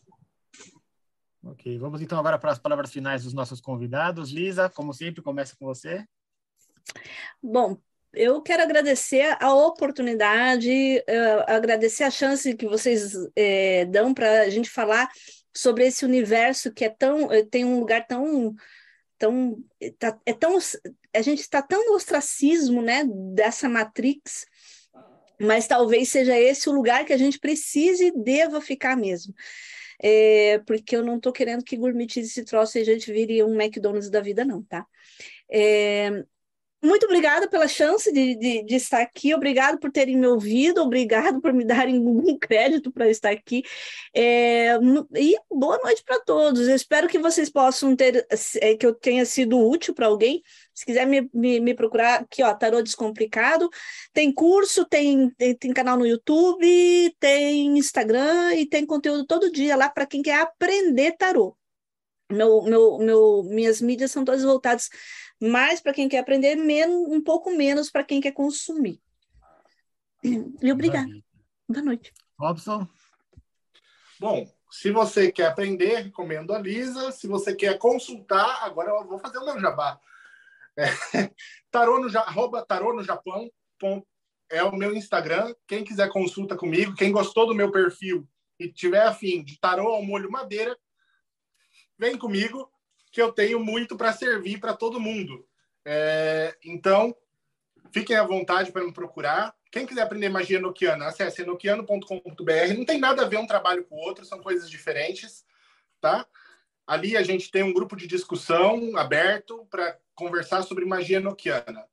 Ok, vamos então agora para as palavras finais dos nossos convidados. Lisa, como sempre, começa com você. Bom, eu quero agradecer a oportunidade, uh, agradecer a chance que vocês uh, dão para a gente falar sobre esse universo que é tão, uh, tem um lugar tão, tão, tá, é tão, a gente está tão no ostracismo, né, dessa Matrix, mas talvez seja esse o lugar que a gente precise e deva ficar mesmo. É, porque eu não estou querendo que gourmetize esse troço e a gente vire um McDonald's da vida, não, tá? É, Muito obrigada pela chance de, de, de estar aqui, obrigado por terem me ouvido, obrigado por me darem um crédito para estar aqui, é, e boa noite para todos. Eu espero que vocês possam ter, é, que eu tenha sido útil para alguém. Se quiser me, me, me procurar aqui, ó, Tarô Descomplicado, tem curso, tem, tem, tem canal no YouTube, tem Instagram e tem conteúdo todo dia lá para quem quer aprender tarô. Meu, meu, meu, minhas mídias são todas voltadas mais para quem quer aprender, menos, um pouco menos para quem quer consumir. E obrigada. Boa noite. Robson? Bom, se você quer aprender, recomendo a Lisa. Se você quer consultar, agora eu vou fazer o meu jabá. É, tarô no, arroba tarô no Japão é o meu Instagram. Quem quiser consulta comigo, quem gostou do meu perfil e tiver afim de tarô ao molho madeira, vem comigo, que eu tenho muito para servir para todo mundo. É, então, fiquem à vontade para me procurar. Quem quiser aprender magia enoquiana, acesse enoquiano ponto com ponto b r. Não tem nada a ver um trabalho com o outro, são coisas diferentes, tá? Ali a gente tem um grupo de discussão aberto para conversar sobre magia enoquiana.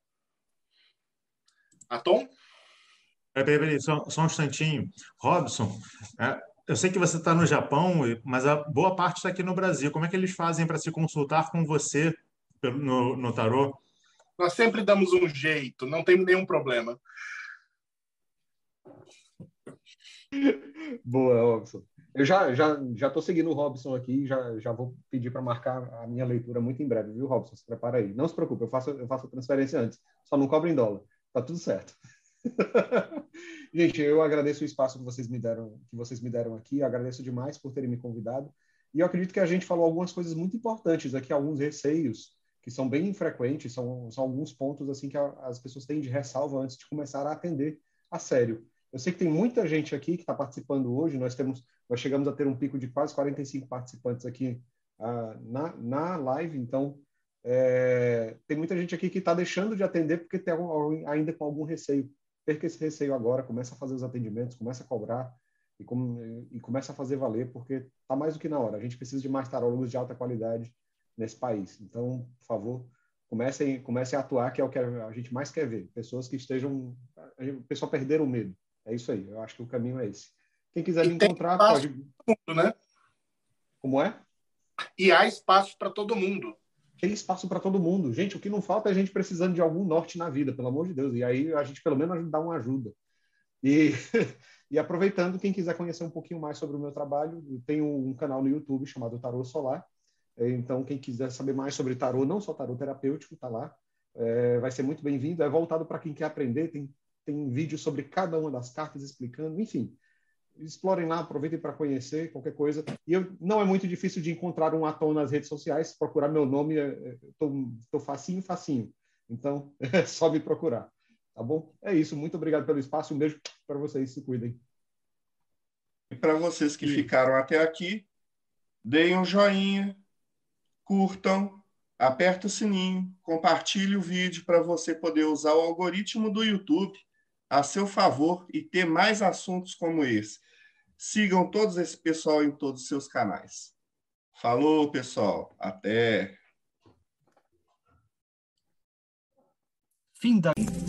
Atom? Peraí, peraí, só, só um instantinho. Robson, é, eu sei que você está no Japão, mas a boa parte está aqui no Brasil. Como é que eles fazem para se consultar com você no, no tarô? Nós sempre damos um jeito, não tem nenhum problema. Boa, Robson. Eu já já já estou seguindo o Robson aqui, já já vou pedir para marcar a minha leitura muito em breve, viu, Robson? Se prepara aí. Não se preocupe, eu faço eu faço a transferência antes. Só não cobra em dólar. Tá tudo certo. Gente, eu agradeço o espaço que vocês me deram, que vocês me deram aqui. Eu agradeço demais por terem me convidado. E eu acredito que a gente falou algumas coisas muito importantes aqui, alguns receios que são bem infrequentes, são, são alguns pontos assim que a, as pessoas têm de ressalva antes de começar a atender a sério. Eu sei que tem muita gente aqui que está participando hoje. Nós temos, nós chegamos a ter um pico de quase quarenta e cinco participantes aqui uh, na, na live. Então, é, tem muita gente aqui que está deixando de atender porque tem algum, ainda com algum receio. Perca esse receio agora, começa a fazer os atendimentos, começa a cobrar e, com, e começa a fazer valer, porque está mais do que na hora. A gente precisa de mais tarólogos de alta qualidade nesse país. Então, por favor, comecem, comecem a atuar, que é o que a gente mais quer ver. Pessoas que estejam... O pessoal perder o medo. É isso aí. Eu acho que o caminho é esse. Quem quiser e me encontrar, pode... Mundo, né? Como é? E há espaço para todo mundo. Tem espaço para todo mundo. Gente, o que não falta é a gente precisando de algum norte na vida, pelo amor de Deus. E aí a gente, pelo menos, dá uma ajuda. E, e aproveitando, quem quiser conhecer um pouquinho mais sobre o meu trabalho, eu tenho um canal no YouTube chamado Tarô Solar. Então, quem quiser saber mais sobre tarô, não só tarô terapêutico, tá lá. É, vai ser muito bem-vindo. É voltado para quem quer aprender. Tem, tem vídeos sobre cada uma das cartas explicando. Enfim, explorem lá, aproveitem para conhecer qualquer coisa. E eu, não é muito difícil de encontrar um Atom nas redes sociais. Procurar meu nome, estou facinho, facinho. Então, é só me procurar. Tá bom? É isso. Muito obrigado pelo espaço. Um beijo para vocês. Se cuidem. E para vocês que ficaram até aqui, deem um joinha, curtam, aperta o sininho, compartilhe o vídeo para você poder usar o algoritmo do YouTube a seu favor e ter mais assuntos como esse. Sigam todos esse pessoal em todos os seus canais. Falou, pessoal. Até. Fim da...